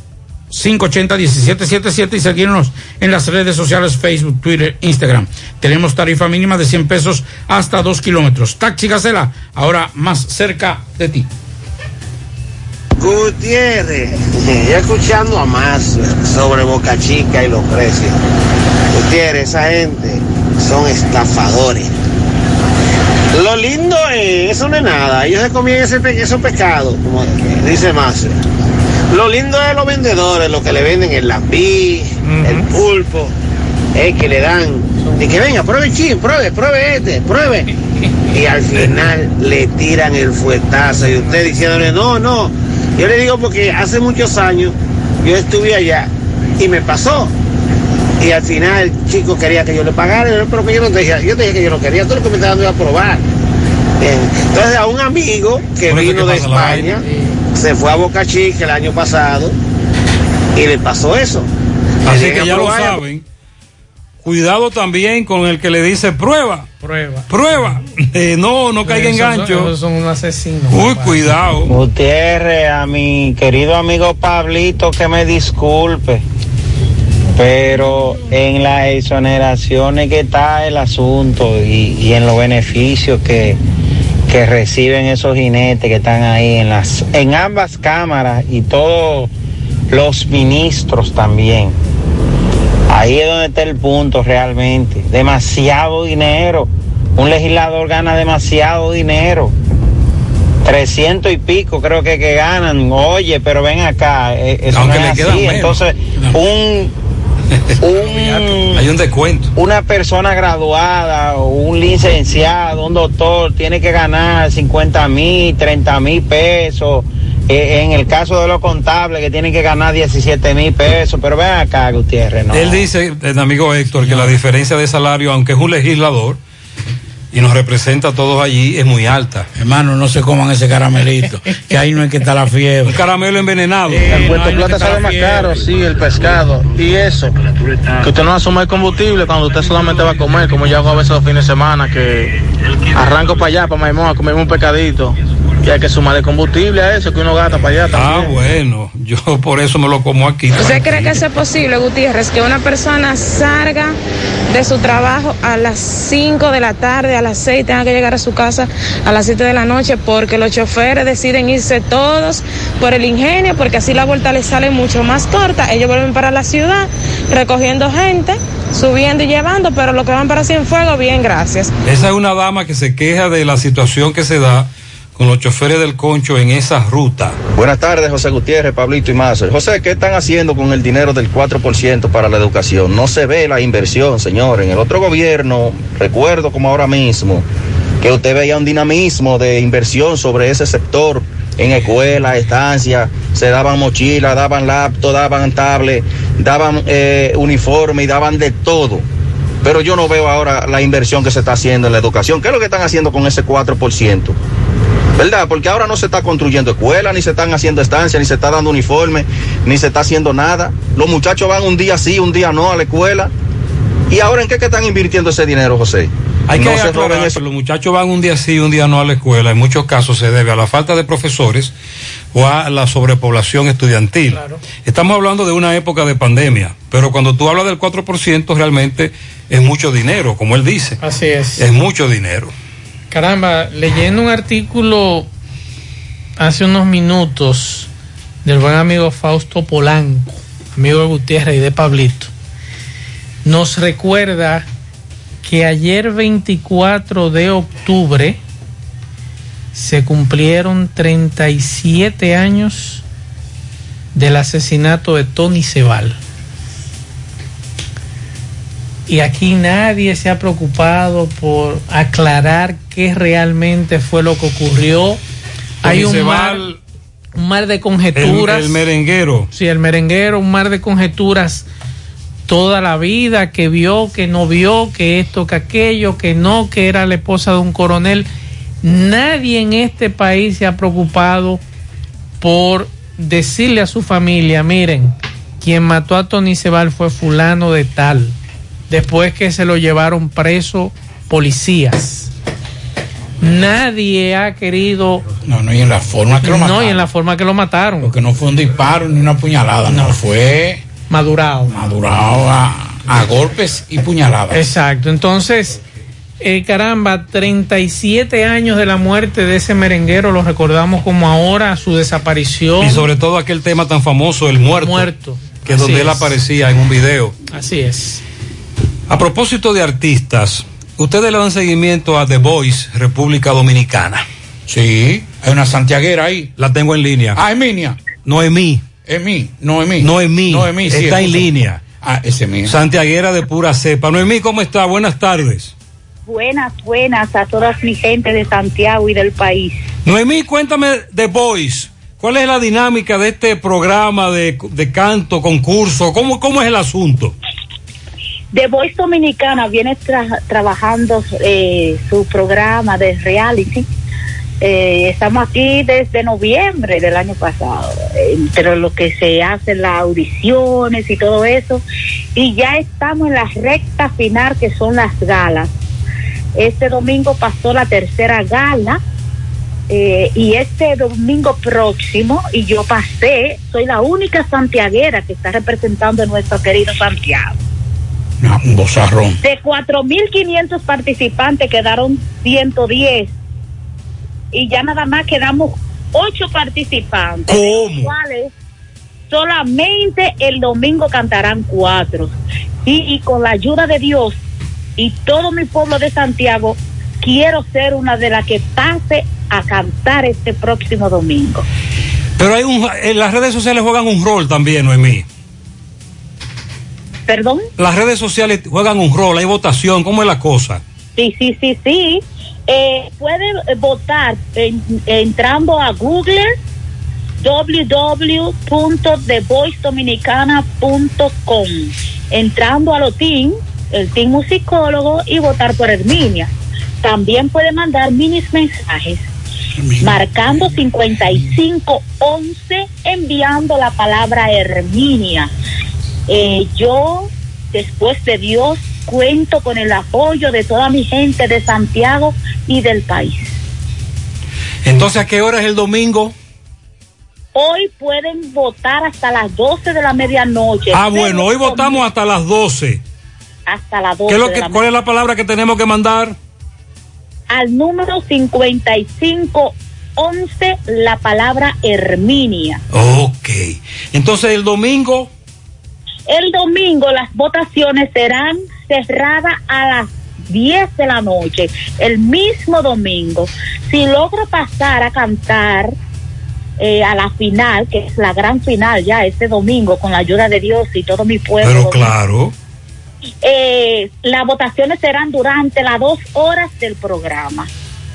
cinco ocho cero, uno siete siete siete, y seguirnos en las redes sociales Facebook, Twitter, Instagram. Tenemos tarifa mínima de cien pesos hasta dos kilómetros. Taxi Gacela, ahora más cerca de ti. Gutiérrez, ya escuchando a más sobre Boca Chica y los precios. Gutiérrez, esa gente son estafadores. Lo lindo es, eso no es nada, ellos se comían ese, esos pescados, como dice más. Lo lindo de los vendedores, lo que le venden el lambí, uh-huh. el pulpo, es que le dan, de que venga, pruebe chin, pruebe, pruebe este, pruebe. Y al final le tiran el fuetazo y usted diciéndole, no, no. Yo le digo porque hace muchos años yo estuve allá y me pasó. Y al final el chico quería que yo le pagara, pero que yo no te dije, yo te dije que yo no quería, todo lo que me estaba dando iba a probar. Bien. Entonces a un amigo que vino de España, se fue a Boca Chica el año pasado y le pasó eso. Así que ya lo saben. Cuidado también con el que le dice prueba, Prueba. Prueba. Eh, no, no caiga en gancho. Esos son unos asesinos. Uy, cuidado. Gutiérrez, a mi querido amigo Pablito, que me disculpe, pero en las exoneraciones que está el asunto y, y en los beneficios que, que reciben esos jinetes que están ahí en las en ambas cámaras y todos los ministros también. Ahí es donde está el punto realmente. Demasiado dinero. Un legislador gana demasiado dinero. Trescientos y pico creo que, que ganan. Oye, pero ven acá. Eso Aunque no es le quedan así. menos. Entonces, un... un hay un descuento. Una persona graduada, o un licenciado, un doctor, tiene que ganar cincuenta mil, treinta mil pesos. Eh, en el caso de los contables, que tienen que ganar diecisiete mil pesos. Pero ven acá, Gutiérrez, no. Él dice, el amigo Héctor, que la diferencia de salario, aunque es un legislador y nos representa a todos allí, es muy alta. Hermano, no se coman ese caramelito, que ahí no es que está la fiebre. Un caramelo envenenado. Eh, en Puerto Plata sale más caro, sí, el pescado. Y eso, que usted no asume el combustible cuando usted solamente va a comer, como yo hago a veces los fines de semana, que arranco para allá, para Maimón, a comerme un pescadito. Y hay que sumarle combustible a eso que uno gasta para allá también. Ah, bueno, yo por eso me lo como aquí. ¿Usted cree que eso es posible, Gutiérrez, que una persona salga de su trabajo a las cinco de la tarde, a las seis, tenga que llegar a su casa a las siete de la noche porque los choferes deciden irse todos por el ingenio, porque así la vuelta les sale mucho más corta? Ellos vuelven para la ciudad recogiendo gente, subiendo y llevando, pero los que van para Cienfuegos, bien, gracias. Esa es una dama que se queja de la situación que se da con los choferes del concho en esa ruta. Buenas tardes, José Gutiérrez, Pablito y Mazo. José, ¿qué están haciendo con el dinero del cuatro por ciento para la educación? No se ve la inversión, señor. En el otro gobierno, recuerdo como ahora mismo, que usted veía un dinamismo de inversión sobre ese sector, en escuelas, estancias, se daban mochilas, daban laptop, daban tablet, daban eh, uniforme y daban de todo. Pero yo no veo ahora la inversión que se está haciendo en la educación. ¿Qué es lo que están haciendo con ese cuatro por ciento? ¿Verdad? Porque ahora no se está construyendo escuelas, ni se están haciendo estancias, ni se está dando uniforme, ni se está haciendo nada. Los muchachos van un día sí, un día no a la escuela. ¿Y ahora en qué que están invirtiendo ese dinero, José? Hay no que se aclarar roben eso. que los muchachos van un día sí, un día no a la escuela. En muchos casos se debe a la falta de profesores o a la sobrepoblación estudiantil. Claro. Estamos hablando de una época de pandemia, pero cuando tú hablas del cuatro por ciento realmente es mucho dinero, como él dice. Así es. Es mucho dinero. Caramba, leyendo un artículo hace unos minutos del buen amigo Fausto Polanco, amigo de Gutiérrez y de Pablito, nos recuerda que ayer veinticuatro de octubre se cumplieron treinta y siete años del asesinato de Tony Cebal. Y aquí nadie se ha preocupado por aclarar qué realmente fue lo que ocurrió. Hay un mar, un mar de conjeturas. El, el merenguero. Sí, el merenguero, un mar de conjeturas toda la vida, que vio, que no vio, que esto, que aquello, que no, que era la esposa de un coronel. Nadie en este país se ha preocupado por decirle a su familia, miren, quien mató a Tony Cebal fue fulano de tal. Después que se lo llevaron preso policías. Nadie ha querido... No, no, y en la forma que lo mataron. No, y en la forma que lo mataron. Porque no fue un disparo ni una puñalada, no, no fue... Madurado. Madurado a, a golpes y puñaladas. Exacto, entonces, eh, caramba, treinta y siete años de la muerte de ese merenguero, lo recordamos como ahora, su desaparición. Y sobre todo aquel tema tan famoso, el muerto. Muerto. Que es donde él aparecía en un video. Así es. A propósito de artistas, ustedes le dan seguimiento a The Voice, República Dominicana. Sí, hay una santiaguera ahí. La tengo en línea. Ah, Emilia. Noemí. Emi, Noemí. Noemí. Noemí, sí, está en eso. línea. Ah, ese mío. Santiaguera de pura cepa. Noemí, ¿cómo está? Buenas tardes. Buenas, buenas a todas mi gente de Santiago y del país. Noemí, cuéntame The Voice. ¿Cuál es la dinámica de este programa de, de canto, concurso? ¿Cómo, cómo es el asunto? The Voice Dominicana viene tra- trabajando eh, su programa de reality. Eh, estamos aquí desde noviembre del año pasado, entre lo que se hacen las audiciones y todo eso, y ya estamos en la recta final, que son las galas. Este domingo pasó la tercera gala. Eh, y este domingo próximo, y yo pasé, soy la única santiaguera que está representando a nuestro querido Santiago. No, un bozarrón. De cuatro mil quinientos participantes quedaron ciento diez y ya nada más quedamos ocho participantes. ¿Cómo? De los cuales solamente el domingo cantarán cuatro. Y, y con la ayuda de Dios y todo mi pueblo de Santiago, quiero ser una de las que pase a cantar este próximo domingo. Pero hay un, en las redes sociales juegan un rol también, Noemí. ¿Perdón? Las redes sociales juegan un rol, hay votación, ¿cómo es la cosa? Sí, sí, sí, sí. Eh, puede votar en, entrando a Google, doble u doble u doble u punto the voice dominicana punto com, entrando a lo team, el team musicólogo, y votar por Herminia. También puede mandar minis mensajes marcando cincuenta y cinco once, enviando la palabra Herminia. Eh, yo, después de Dios, cuento con el apoyo de toda mi gente de Santiago y del país. Entonces, ¿a qué hora es el domingo? Hoy pueden votar hasta las doce de la medianoche. Ah, bueno, hoy votamos hasta las doce. Hasta las doce. ¿Qué es lo que, ¿Cuál es la palabra que tenemos que mandar? Al número cincuenta y cinco once, la palabra Herminia. Ok. Entonces, el domingo... El domingo las votaciones serán cerradas a las diez de la noche, el mismo domingo. Si logro pasar a cantar eh, a la final, que es la gran final ya este domingo, con la ayuda de Dios y todo mi pueblo. Pero claro. Eh, las votaciones serán durante las dos horas del programa.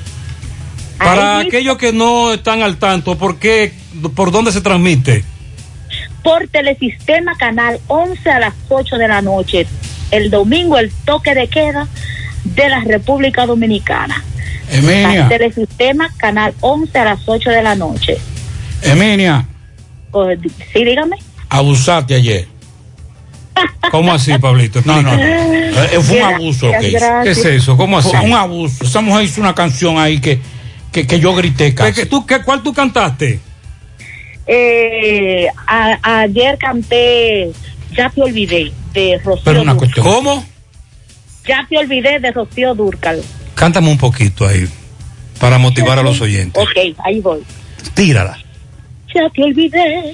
Para Ahí aquellos que no están al tanto, ¿por qué, por dónde se transmite? Por Telesistema Canal once a las ocho de la noche. El domingo el toque de queda de la República Dominicana. Emilia. Telesistema Canal once a las ocho de la noche. Emilia. Sí, dígame. Abusaste ayer. ¿Cómo así, Pablito? No, no, no. Eh, Fue un abuso lo que hizo. ¿Qué es eso? ¿Cómo así? Fue un abuso. Esa mujer hizo una canción ahí que, que, que yo grité casi. ¿Qué, tú, qué, ¿Cuál tú cantaste? Eh, a, ayer canté Ya te olvidé de Rocío. Pero una Dúrcal. cuestión. ¿Cómo? Ya te olvidé de Rocío Dúrcal. Cántame un poquito ahí para motivar a los oyentes. Ok, ahí voy. Tírala. Ya te olvidé,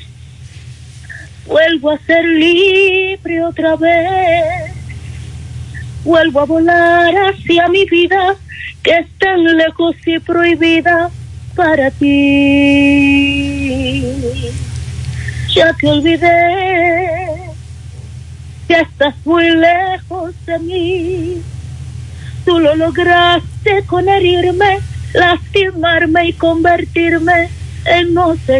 vuelvo a ser libre otra vez, vuelvo a volar hacia mi vida que es tan lejos y prohibida para ti. Ya te olvidé, ya estás muy lejos de mí, tú lo lograste con herirme, lastimarme y convertirme en no sé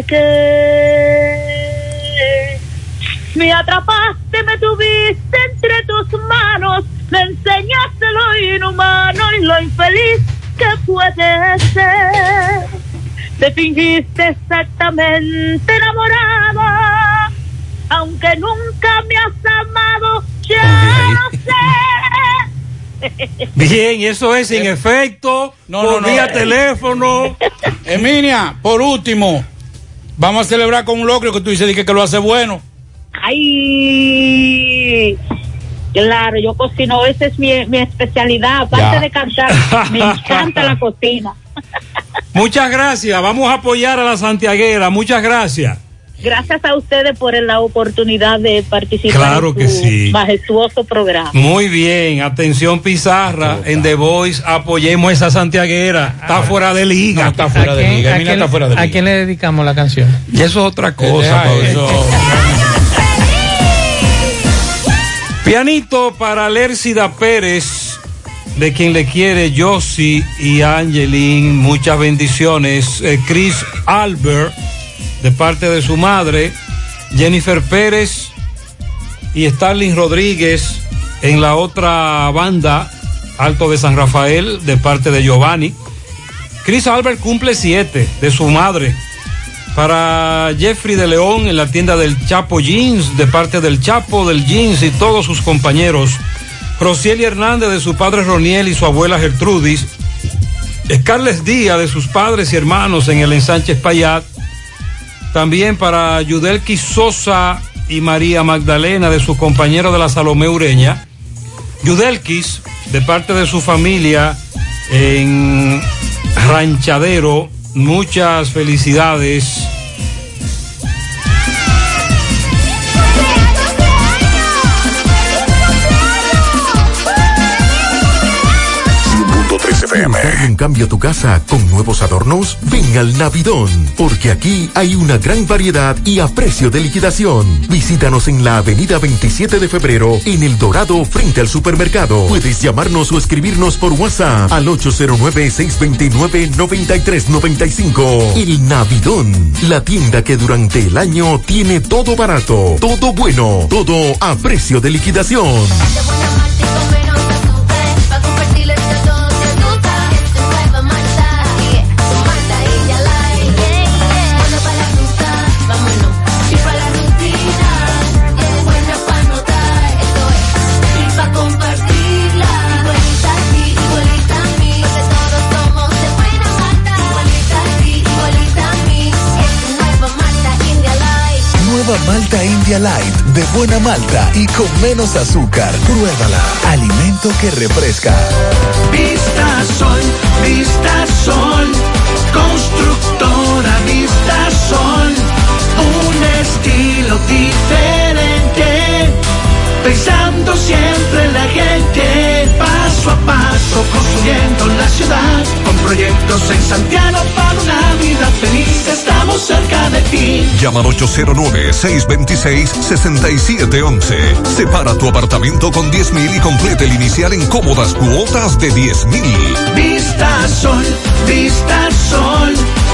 qué. Me atrapaste, me tuviste entre tus manos, me enseñaste lo inhumano y lo infeliz que puede ser. Te fingiste exactamente enamorada, aunque nunca me has amado, ya no sé. Bien, eso es sin efecto, No, por no, no. vía teléfono. Emilia, por último, vamos a celebrar con un locrio que tú dices que, que lo hace bueno. Ay, claro, yo cocino, esa es mi, mi especialidad, aparte Ya. de cantar, me encanta la cocina. Muchas gracias, vamos a apoyar a la santiaguera, muchas gracias. Gracias a ustedes por la oportunidad de participar Claro en que su sí. majestuoso programa. Muy bien, atención Pizarra, en The Voice, apoyemos a esa santiaguera, está fuera de liga. No, está fuera ¿A de quién- liga. a Emilia quién- está fuera de ¿A liga. quién le dedicamos la canción? Y eso es otra cosa, Deja Pablo. eso. Pianito para Lércida Pérez, de quien le quiere Josie y Angelín, muchas bendiciones. Eh, Chris Albert, de parte de su madre, Jennifer Pérez y Starling Rodríguez en la otra banda, Alto de San Rafael, de parte de Giovanni. Chris Albert cumple siete de su madre. Para Jeffrey de León en la tienda del Chapo Jeans, de parte del Chapo del Jeans y todos sus compañeros Rosieli Hernández de su padre Roniel y su abuela Gertrudis. Scarles Díaz de sus padres y hermanos en el ensanche Espaillat. También para Yudelki Sosa y María Magdalena de sus compañeros de la Salomé Ureña. Yudelquis de parte de su familia en Ranchadero. Muchas felicidades. Darle un cambio a tu casa con nuevos adornos. Ven al Navidón, porque aquí hay una gran variedad y a precio de liquidación. Visítanos en la avenida veintisiete de febrero, en El Dorado, frente al supermercado. Puedes llamarnos o escribirnos por WhatsApp al ocho cero nueve, seis dos nueve, nueve tres nueve cinco. El Navidón, la tienda que durante el año tiene todo barato, todo bueno, todo a precio de liquidación. Malta India Light, de buena malta y con menos azúcar. Pruébala. Alimento que refresca. Vista Sol, Vista Sol, constructora Vista Sol, un estilo diferente, pensando siempre en la gente, paso a paso construyendo la ciudad, con proyectos en Santiago para una vida feliz, estamos cerca de ti. Llama al ocho cero nueve, seis dos seis, seis siete uno uno. Separa tu apartamento con diez mil y complete el inicial en cómodas cuotas de diez mil. Vista Sol, Vista Sol,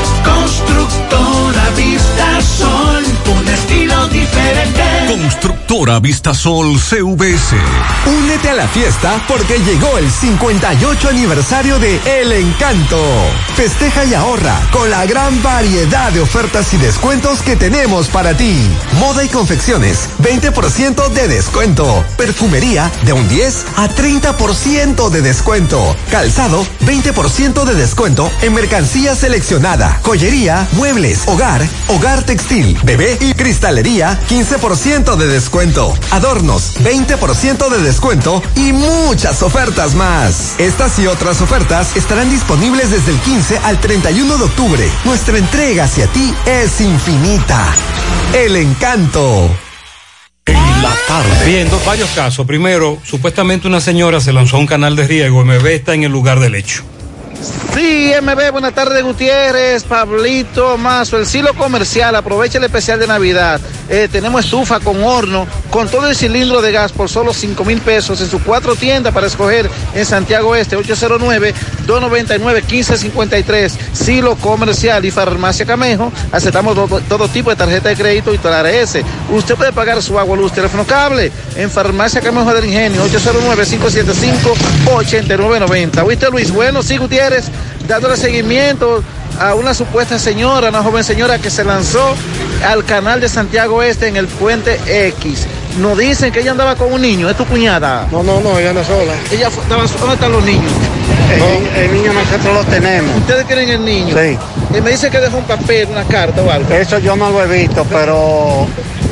constructora Vista Sol, un estilo diferente. Constructora Vista Sol C V S. Únete a la fiesta porque llegó el cincuenta y ocho aniversario de El Encanto. Festeja y ahorra con la gran variedad de ofertas y descuentos que tenemos para ti. Moda y confecciones, veinte por ciento de descuento. Perfumería, de un diez a treinta por ciento de descuento. Calzado, veinte por ciento de descuento en mercancía seleccionada. Joyería, muebles, hogar, hogar textil, bebé y cristalería, quince por ciento de descuento. Adornos, veinte por ciento de descuento y muchas ofertas más. Estas y otras ofertas estarán disponibles desde el quince al treinta y uno de octubre. Nuestra entrega hacia ti es infinita. El Encanto. En la tarde. Bien, dos, varios casos. Primero, supuestamente una señora se lanzó a un canal de riego. M B está en el lugar del hecho. Sí, M B, buenas tardes, Gutiérrez, Pablito, Mazo, el silo comercial, aprovecha el especial de Navidad. Eh, tenemos estufa con horno, con todo el cilindro de gas por solo cinco mil pesos en sus cuatro tiendas para escoger en Santiago Este, ocho cero nueve, dos noventa y nueve, quince cincuenta y tres. Silo comercial y Farmacia Camejo, aceptamos todo, todo tipo de tarjeta de crédito y toda S. Usted puede pagar su agua, luz, teléfono, cable en Farmacia Camejo del Ingenio, ocho cero nueve, cinco siete cinco, ocho nueve nueve cero. ¿Oíste, Luis? Bueno, sí, Gutiérrez, dándole seguimiento a una supuesta señora, una joven señora que se lanzó al canal de Santiago Este en el Puente X. Nos dicen que ella andaba con un niño, ¿es tu cuñada? No, no, no, ella anda sola. Ella fue, estaba, ¿dónde están los niños? El, el niño nosotros lo tenemos. ¿Ustedes quieren el niño? Sí. Y me dice que dejó un papel, una carta o algo. Eso yo no lo he visto, pero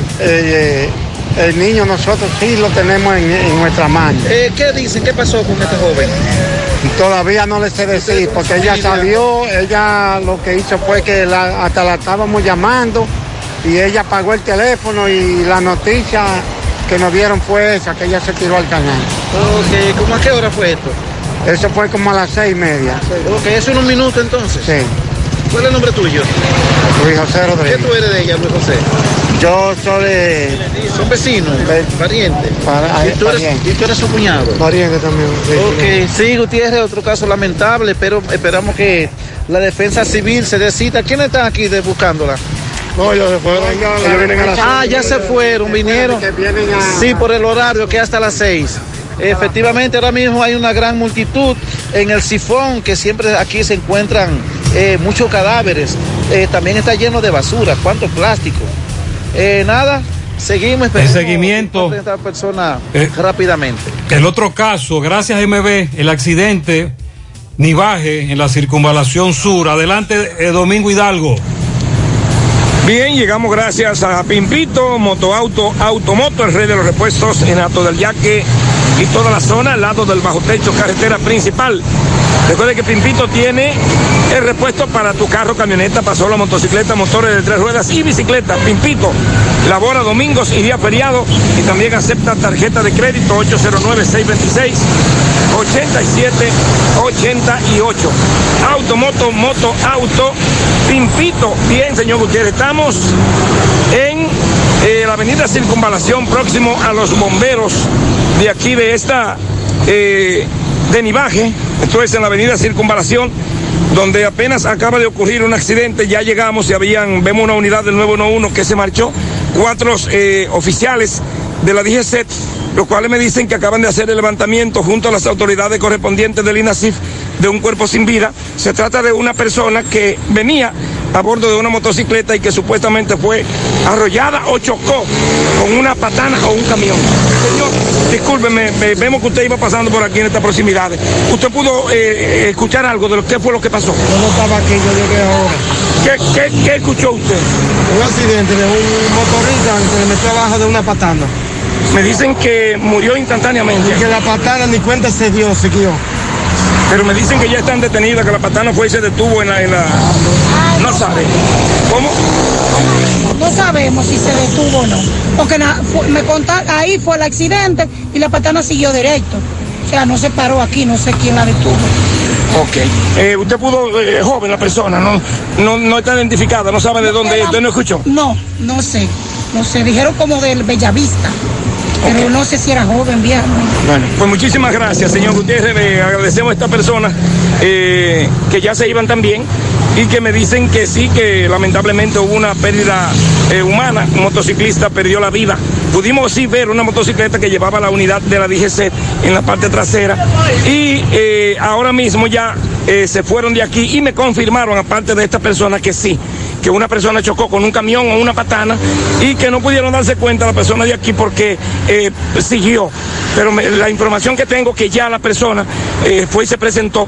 eh, el niño nosotros sí lo tenemos en, en nuestra mano. Eh, ¿Qué dicen? ¿Qué pasó con este joven? Todavía no le sé decir, porque ella salió, ella lo que hizo fue que la, hasta la estábamos llamando y ella apagó el teléfono y la noticia que nos dieron fue esa, que ella se tiró al canal. Ok, ¿cómo a qué hora fue esto? Eso fue como a las seis y media. Ok, eso en un minuto entonces. Sí. ¿Cuál es el nombre tuyo? Luis José Rodríguez. ¿Qué tú eres de ella, Luis José? Yo soy de... ¿Son vecinos? ¿Parientes? Para, ¿Y, tú eres, ¿Y tú eres su cuñado? Pariente también. Sí, ok, sí, Gutiérrez, otro caso lamentable, pero esperamos que la defensa civil se decida. ¿Quiénes están aquí de, buscándola? No, ellos se fueron. Ellos vienen a las Ah, ya se fueron, vinieron. Sí, por el horario que hasta las seis. Efectivamente, ahora mismo hay una gran multitud en el sifón, que siempre aquí se encuentran eh, muchos cadáveres. Eh, también está lleno de basura, cuánto plástico. Eh, nada, seguimos esperando. El seguimiento. A esta persona eh, rápidamente. El otro caso, gracias M B, el accidente Nivaje en la circunvalación sur. Adelante, eh, Domingo Hidalgo. Bien, llegamos gracias a Pimpito, Motoauto, Automoto, el rey de los repuestos en Alto del Yaque y toda la zona al lado del bajo techo, carretera principal. Recuerde que Pimpito tiene el repuesto para tu carro, camioneta, pasola, motocicleta, motores de tres ruedas y bicicleta. Pimpito labora domingos y días feriados y también acepta tarjeta de crédito. Ocho cero nueve, seis dos seis, ocho siete ocho ocho. Automoto, Moto, Auto, Pimpito. Bien, señor Gutiérrez, estamos en eh, la avenida Circunvalación, próximo a los bomberos de aquí de esta eh, de Nivaje. Esto es en la avenida Circunvalación, donde apenas acaba de ocurrir un accidente. Ya llegamos y habían, vemos una unidad del nueve uno uno que se marchó, cuatro eh, oficiales de la D G C E T, los cuales me dicen que acaban de hacer el levantamiento junto a las autoridades correspondientes del INASIF de un cuerpo sin vida. Se trata de una persona que venía a bordo de una motocicleta y que supuestamente fue arrollada o chocó con una patana o un camión. Señor, discúlpeme, vemos que usted iba pasando por aquí en estas proximidades. ¿Usted pudo eh, escuchar algo de lo que fue lo que pasó? Yo no estaba aquí, yo llegué ahora. ¿Qué, qué, qué escuchó usted? Un accidente de un motorista que se le metió abajo de una patana. Me dicen que murió instantáneamente. Y que la patana ni cuenta se dio, siguió. Pero me dicen que ya están detenidas, que la patana fue y se detuvo en la... En la... No sabe. ¿Cómo? No sabemos si se detuvo o no. Porque na, fue, me contaron, ahí fue el accidente y la patana siguió directo. O sea, no se paró aquí, no sé quién la detuvo. Ok. Eh, usted pudo, eh, joven la persona, no, no, no está identificada, no sabe de no, dónde, ¿usted no escuchó? No, no sé. No sé, dijeron como del Bellavista. Pero okay. No sé si era joven, viejo. Bueno, pues muchísimas gracias, señor Gutiérrez. Le agradecemos a esta persona eh, que ya se iban también y que me dicen que sí, que lamentablemente hubo una pérdida eh, humana. Un motociclista perdió la vida. Pudimos sí ver una motocicleta que llevaba la unidad de la D G C E T en la parte trasera y eh, ahora mismo ya eh, se fueron de aquí y me confirmaron, aparte de esta persona, que sí, que una persona chocó con un camión o una patana y que no pudieron darse cuenta la persona de aquí porque eh, siguió. Pero me, la información que tengo que ya la persona eh, fue y se presentó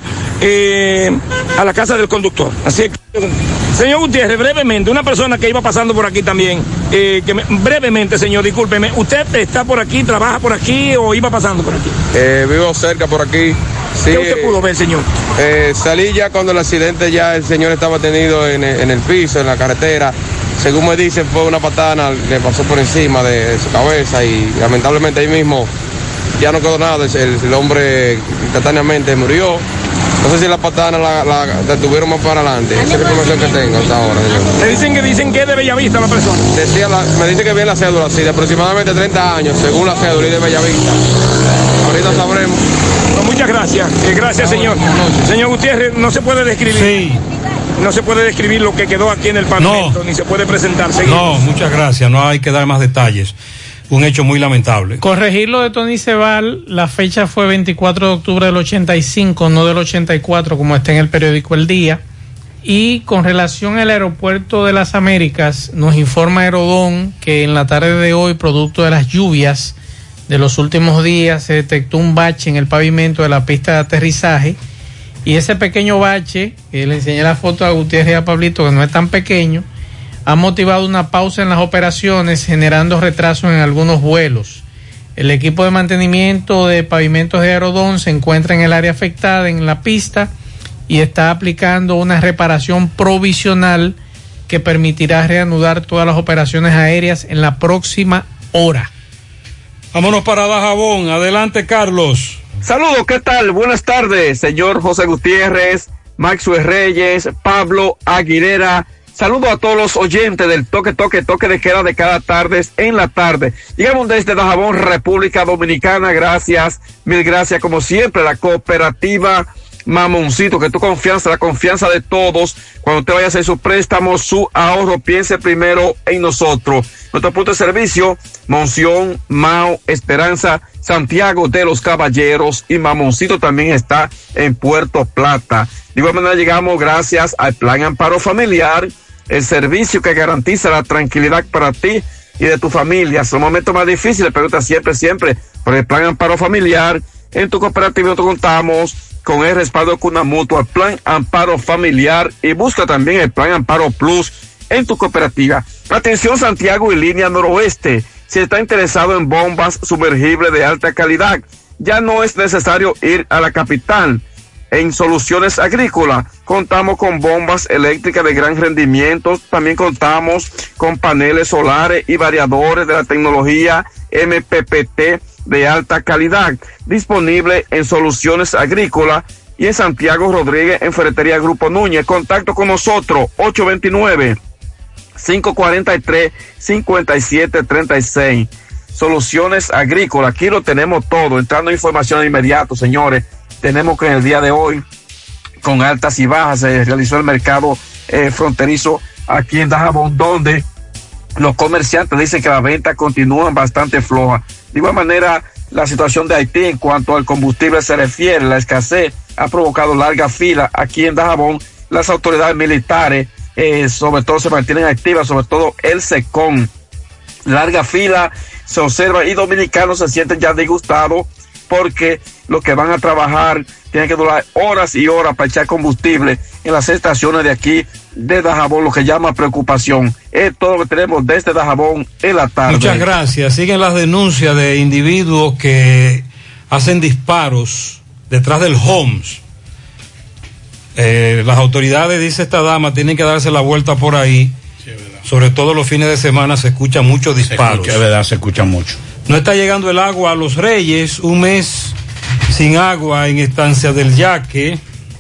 eh, a la casa del conductor. Así que, señor Gutiérrez, brevemente, una persona que iba pasando por aquí también, eh, que me, brevemente, señor, discúlpeme, ¿usted está por aquí, trabaja por aquí o iba pasando por aquí? Eh, vivo cerca por aquí. Sí, ¿qué usted pudo ver, señor? Eh, salí ya cuando el accidente, ya el señor estaba tendido en el, en el piso, en la carretera. Según me dicen, fue una patana, le pasó por encima de, de su cabeza y lamentablemente ahí mismo ya no quedó nada. El, el hombre instantáneamente murió. No sé si la patana la, la detuvieron más para adelante. Esa es la información que tengo hasta ahora, señor. ¿Me dicen que dicen que es de Bellavista la persona? Decía la, me dice que viene la cédula, sí, de aproximadamente treinta años, según la cédula, y de Bellavista. Ahorita sabremos. Pues muchas gracias. Eh, gracias, señor. Señor Gutiérrez, no se puede describir. Sí. No se puede describir lo que quedó aquí en el pavimento, no, ni se puede presentar. Seguimos. No, muchas gracias. No hay que dar más detalles. Un hecho muy lamentable. Corregir lo de Tony Cebal, la fecha fue veinticuatro de octubre del ochenta y cinco, no del ochenta y cuatro, como está en el periódico El Día. Y con relación al aeropuerto de las Américas, nos informa Aerodón que en la tarde de hoy, producto de las lluvias de los últimos días, se detectó un bache en el pavimento de la pista de aterrizaje. Y ese pequeño bache, que le enseñé la foto a Gutiérrez y a Pablito, que no es tan pequeño, ha motivado una pausa en las operaciones, generando retrasos en algunos vuelos. El equipo de mantenimiento de pavimentos de Aerodón se encuentra en el área afectada, en la pista, y está aplicando una reparación provisional que permitirá reanudar todas las operaciones aéreas en la próxima hora. Vámonos para Dajabón. Adelante, Carlos. Saludos, ¿qué tal? Buenas tardes, señor José Gutiérrez, Maxwell Reyes, Pablo Aguilera. Saludos a todos los oyentes del toque, toque, toque de queda de cada tarde en la tarde. Llegamos desde Dajabón, República Dominicana. Gracias, mil gracias, como siempre, la cooperativa Mamoncito, que tu confianza, la confianza de todos. Cuando usted vaya a hacer su préstamo, su ahorro, piense primero en nosotros. Nuestro punto de servicio, Monción, Mao, Esperanza, Santiago de los Caballeros, y Mamoncito también está en Puerto Plata. De igual manera llegamos gracias al Plan Amparo Familiar, el servicio que garantiza la tranquilidad para ti y de tu familia. Son momentos más difíciles, pero siempre, siempre Por el Plan Amparo Familiar, en tu cooperativa nosotros contamos con el respaldo de Cuna Mutua, el Plan Amparo Familiar, y busca también el Plan Amparo Plus en tu cooperativa. Atención Santiago y línea noroeste, si está interesado en bombas sumergibles de alta calidad, ya no es necesario ir a la capital. En Soluciones Agrícolas contamos con bombas eléctricas de gran rendimiento, también contamos con paneles solares y variadores de la tecnología M P P T de alta calidad, disponible en Soluciones Agrícolas y en Santiago Rodríguez en Ferretería Grupo Núñez. Contacto con nosotros, ocho dos nueve, cinco cuatro tres, cinco siete tres seis. Soluciones Agrícolas, aquí lo tenemos todo. Entrando información de inmediato, señores, tenemos que en el día de hoy, con altas y bajas, se realizó el mercado eh, fronterizo aquí en Dajabón, donde los comerciantes dicen que las ventas continúan bastante flojas. De igual manera, la situación de Haití en cuanto al combustible se refiere, la escasez ha provocado larga fila aquí en Dajabón. Las autoridades militares, eh, sobre todo, se mantienen activas, sobre todo el SECON. Larga fila se observa y dominicanos se sienten ya disgustados porque los que van a trabajar tienen que durar horas y horas para echar combustible en las estaciones de aquí de Dajabón, lo que llama preocupación. Es todo lo que tenemos desde Dajabón en la tarde. Muchas gracias. Siguen las denuncias de individuos que hacen disparos detrás del Homs. Eh, las autoridades, dice esta dama, tienen que darse la vuelta por ahí. Sí, sobre todo los fines de semana se escuchan muchos disparos. Es verdad, se escucha mucho. No está llegando el agua a Los Reyes, un mes sin agua en Estancia del Yaque.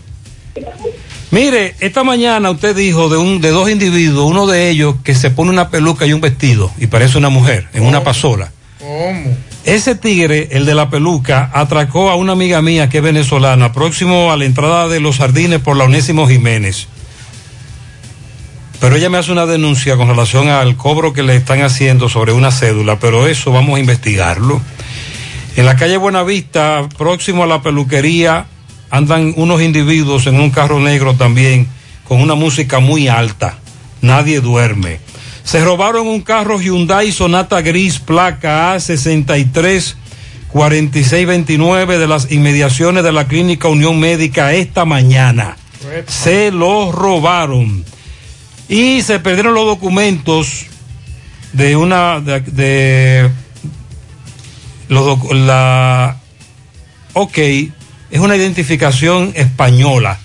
Mire, esta mañana usted dijo de un de dos individuos, uno de ellos que se pone una peluca y un vestido y parece una mujer en una pasola. ¿Cómo? Ese tigre, el de la peluca, atracó a una amiga mía que es venezolana, próximo a la entrada de Los Jardines por la Onésimo Jiménez. Pero ella me hace una denuncia con relación al cobro que le están haciendo sobre una cédula, pero eso vamos a investigarlo. En la calle Buenavista, próximo a la peluquería, andan unos individuos en un carro negro también, con una música muy alta. Nadie duerme. Se robaron un carro Hyundai Sonata gris, placa A sesenta y tres cuarenta y seis veintinueve de las inmediaciones de la Clínica Unión Médica esta mañana. Se lo robaron. Y se perdieron los documentos de una de, de los doc, la ok, es una identificación española.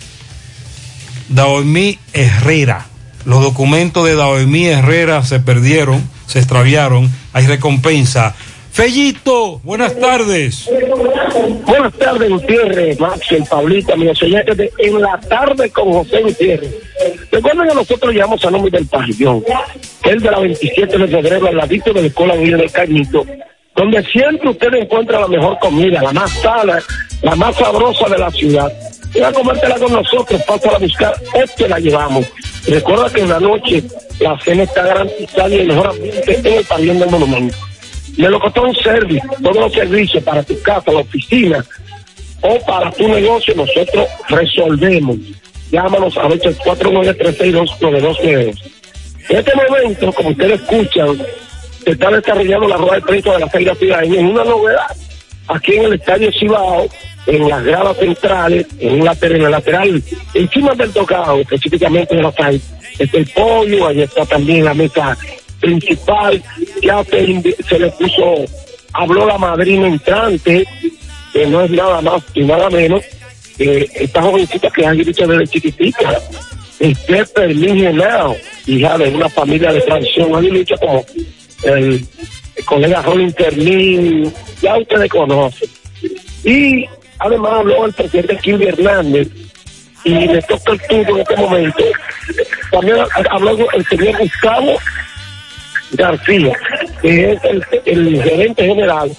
Daoimí Herrera. Los documentos de Daoimí Herrera se perdieron, se extraviaron, hay recompensa. Fellito, buenas tardes. Buenas tardes, Gutiérrez, Max, el Pablito, amigos señores, de En la Tarde con José Gutiérrez. Recuerden que nosotros llamamos a nombre del pabellón, el de la veintisiete de febrero, al ladito de la Escuela Villa del Cañito, donde siempre usted encuentra la mejor comida, la más sana, la más sabrosa de la ciudad. Ven a comértela con nosotros, pásala a buscar, es que la llevamos. Recuerda que en la noche la cena está garantizada y el mejor ambiente en el pabellón del monumento. Melocotón Service, todos los servicios para tu casa, la oficina o para tu negocio, nosotros resolvemos. Llámanos a ocho cuatro nueve, tres seis dos, nueve dos nueve dos. En este momento, como ustedes escuchan, se está desarrollando la rueda de prensa de la Feria Ciudadanía en una novedad. Aquí en el Estadio Cibao, en las gradas centrales, en un lateral, en el lateral, encima del tocado, específicamente de la calle, está el pollo, ahí está también la mesa principal, ya se, se le puso, habló la madrina entrante, que no es nada más y nada menos, eh, esta jovencita que han dicho desde chiquitita, Esther Perlín Genao, hija de una familia de tradición, han dicho como el, el colega Rolín Perlín, ya ustedes conocen. Y además habló el presidente Kilby Hernández, y le toca el turno en este momento. También habló el señor Gustavo García, que es el, el gerente general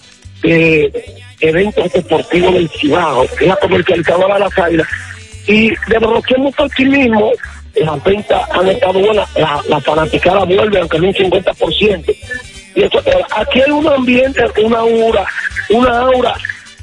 de eventos deportivos del Cibao, que es la comercializadora de las águilas, y de bloquear mucho alquilismo, las ventas han estado buenas, la, la fanaticada vuelve aunque no un cincuenta por ciento, y eso, aquí hay un ambiente, una aura, una aura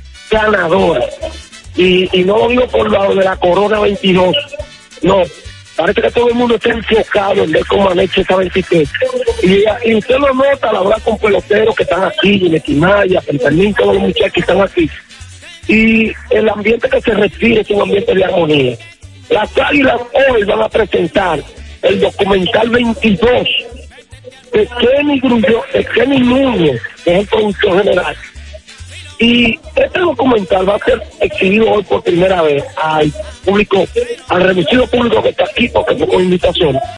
ganadora, y, y no lo digo por lado de la Corona veintidós, no, Parece que todo el mundo está enfocado en ver cómo han hecho esa veintitrés. Y, y usted lo nota, la verdad, con peloteros que están aquí, en Equimaya, Pentamín, todos los muchachos que están aquí. Y el ambiente que se respira es un ambiente de armonía. Las Águilas hoy van a presentar el documental veintidós de Kenny Grullo, de Kenny Núñez, que es el productor general. Y este documental va a ser exhibido hoy por primera vez al público, al reducido público que está aquí, porque fue con invitación.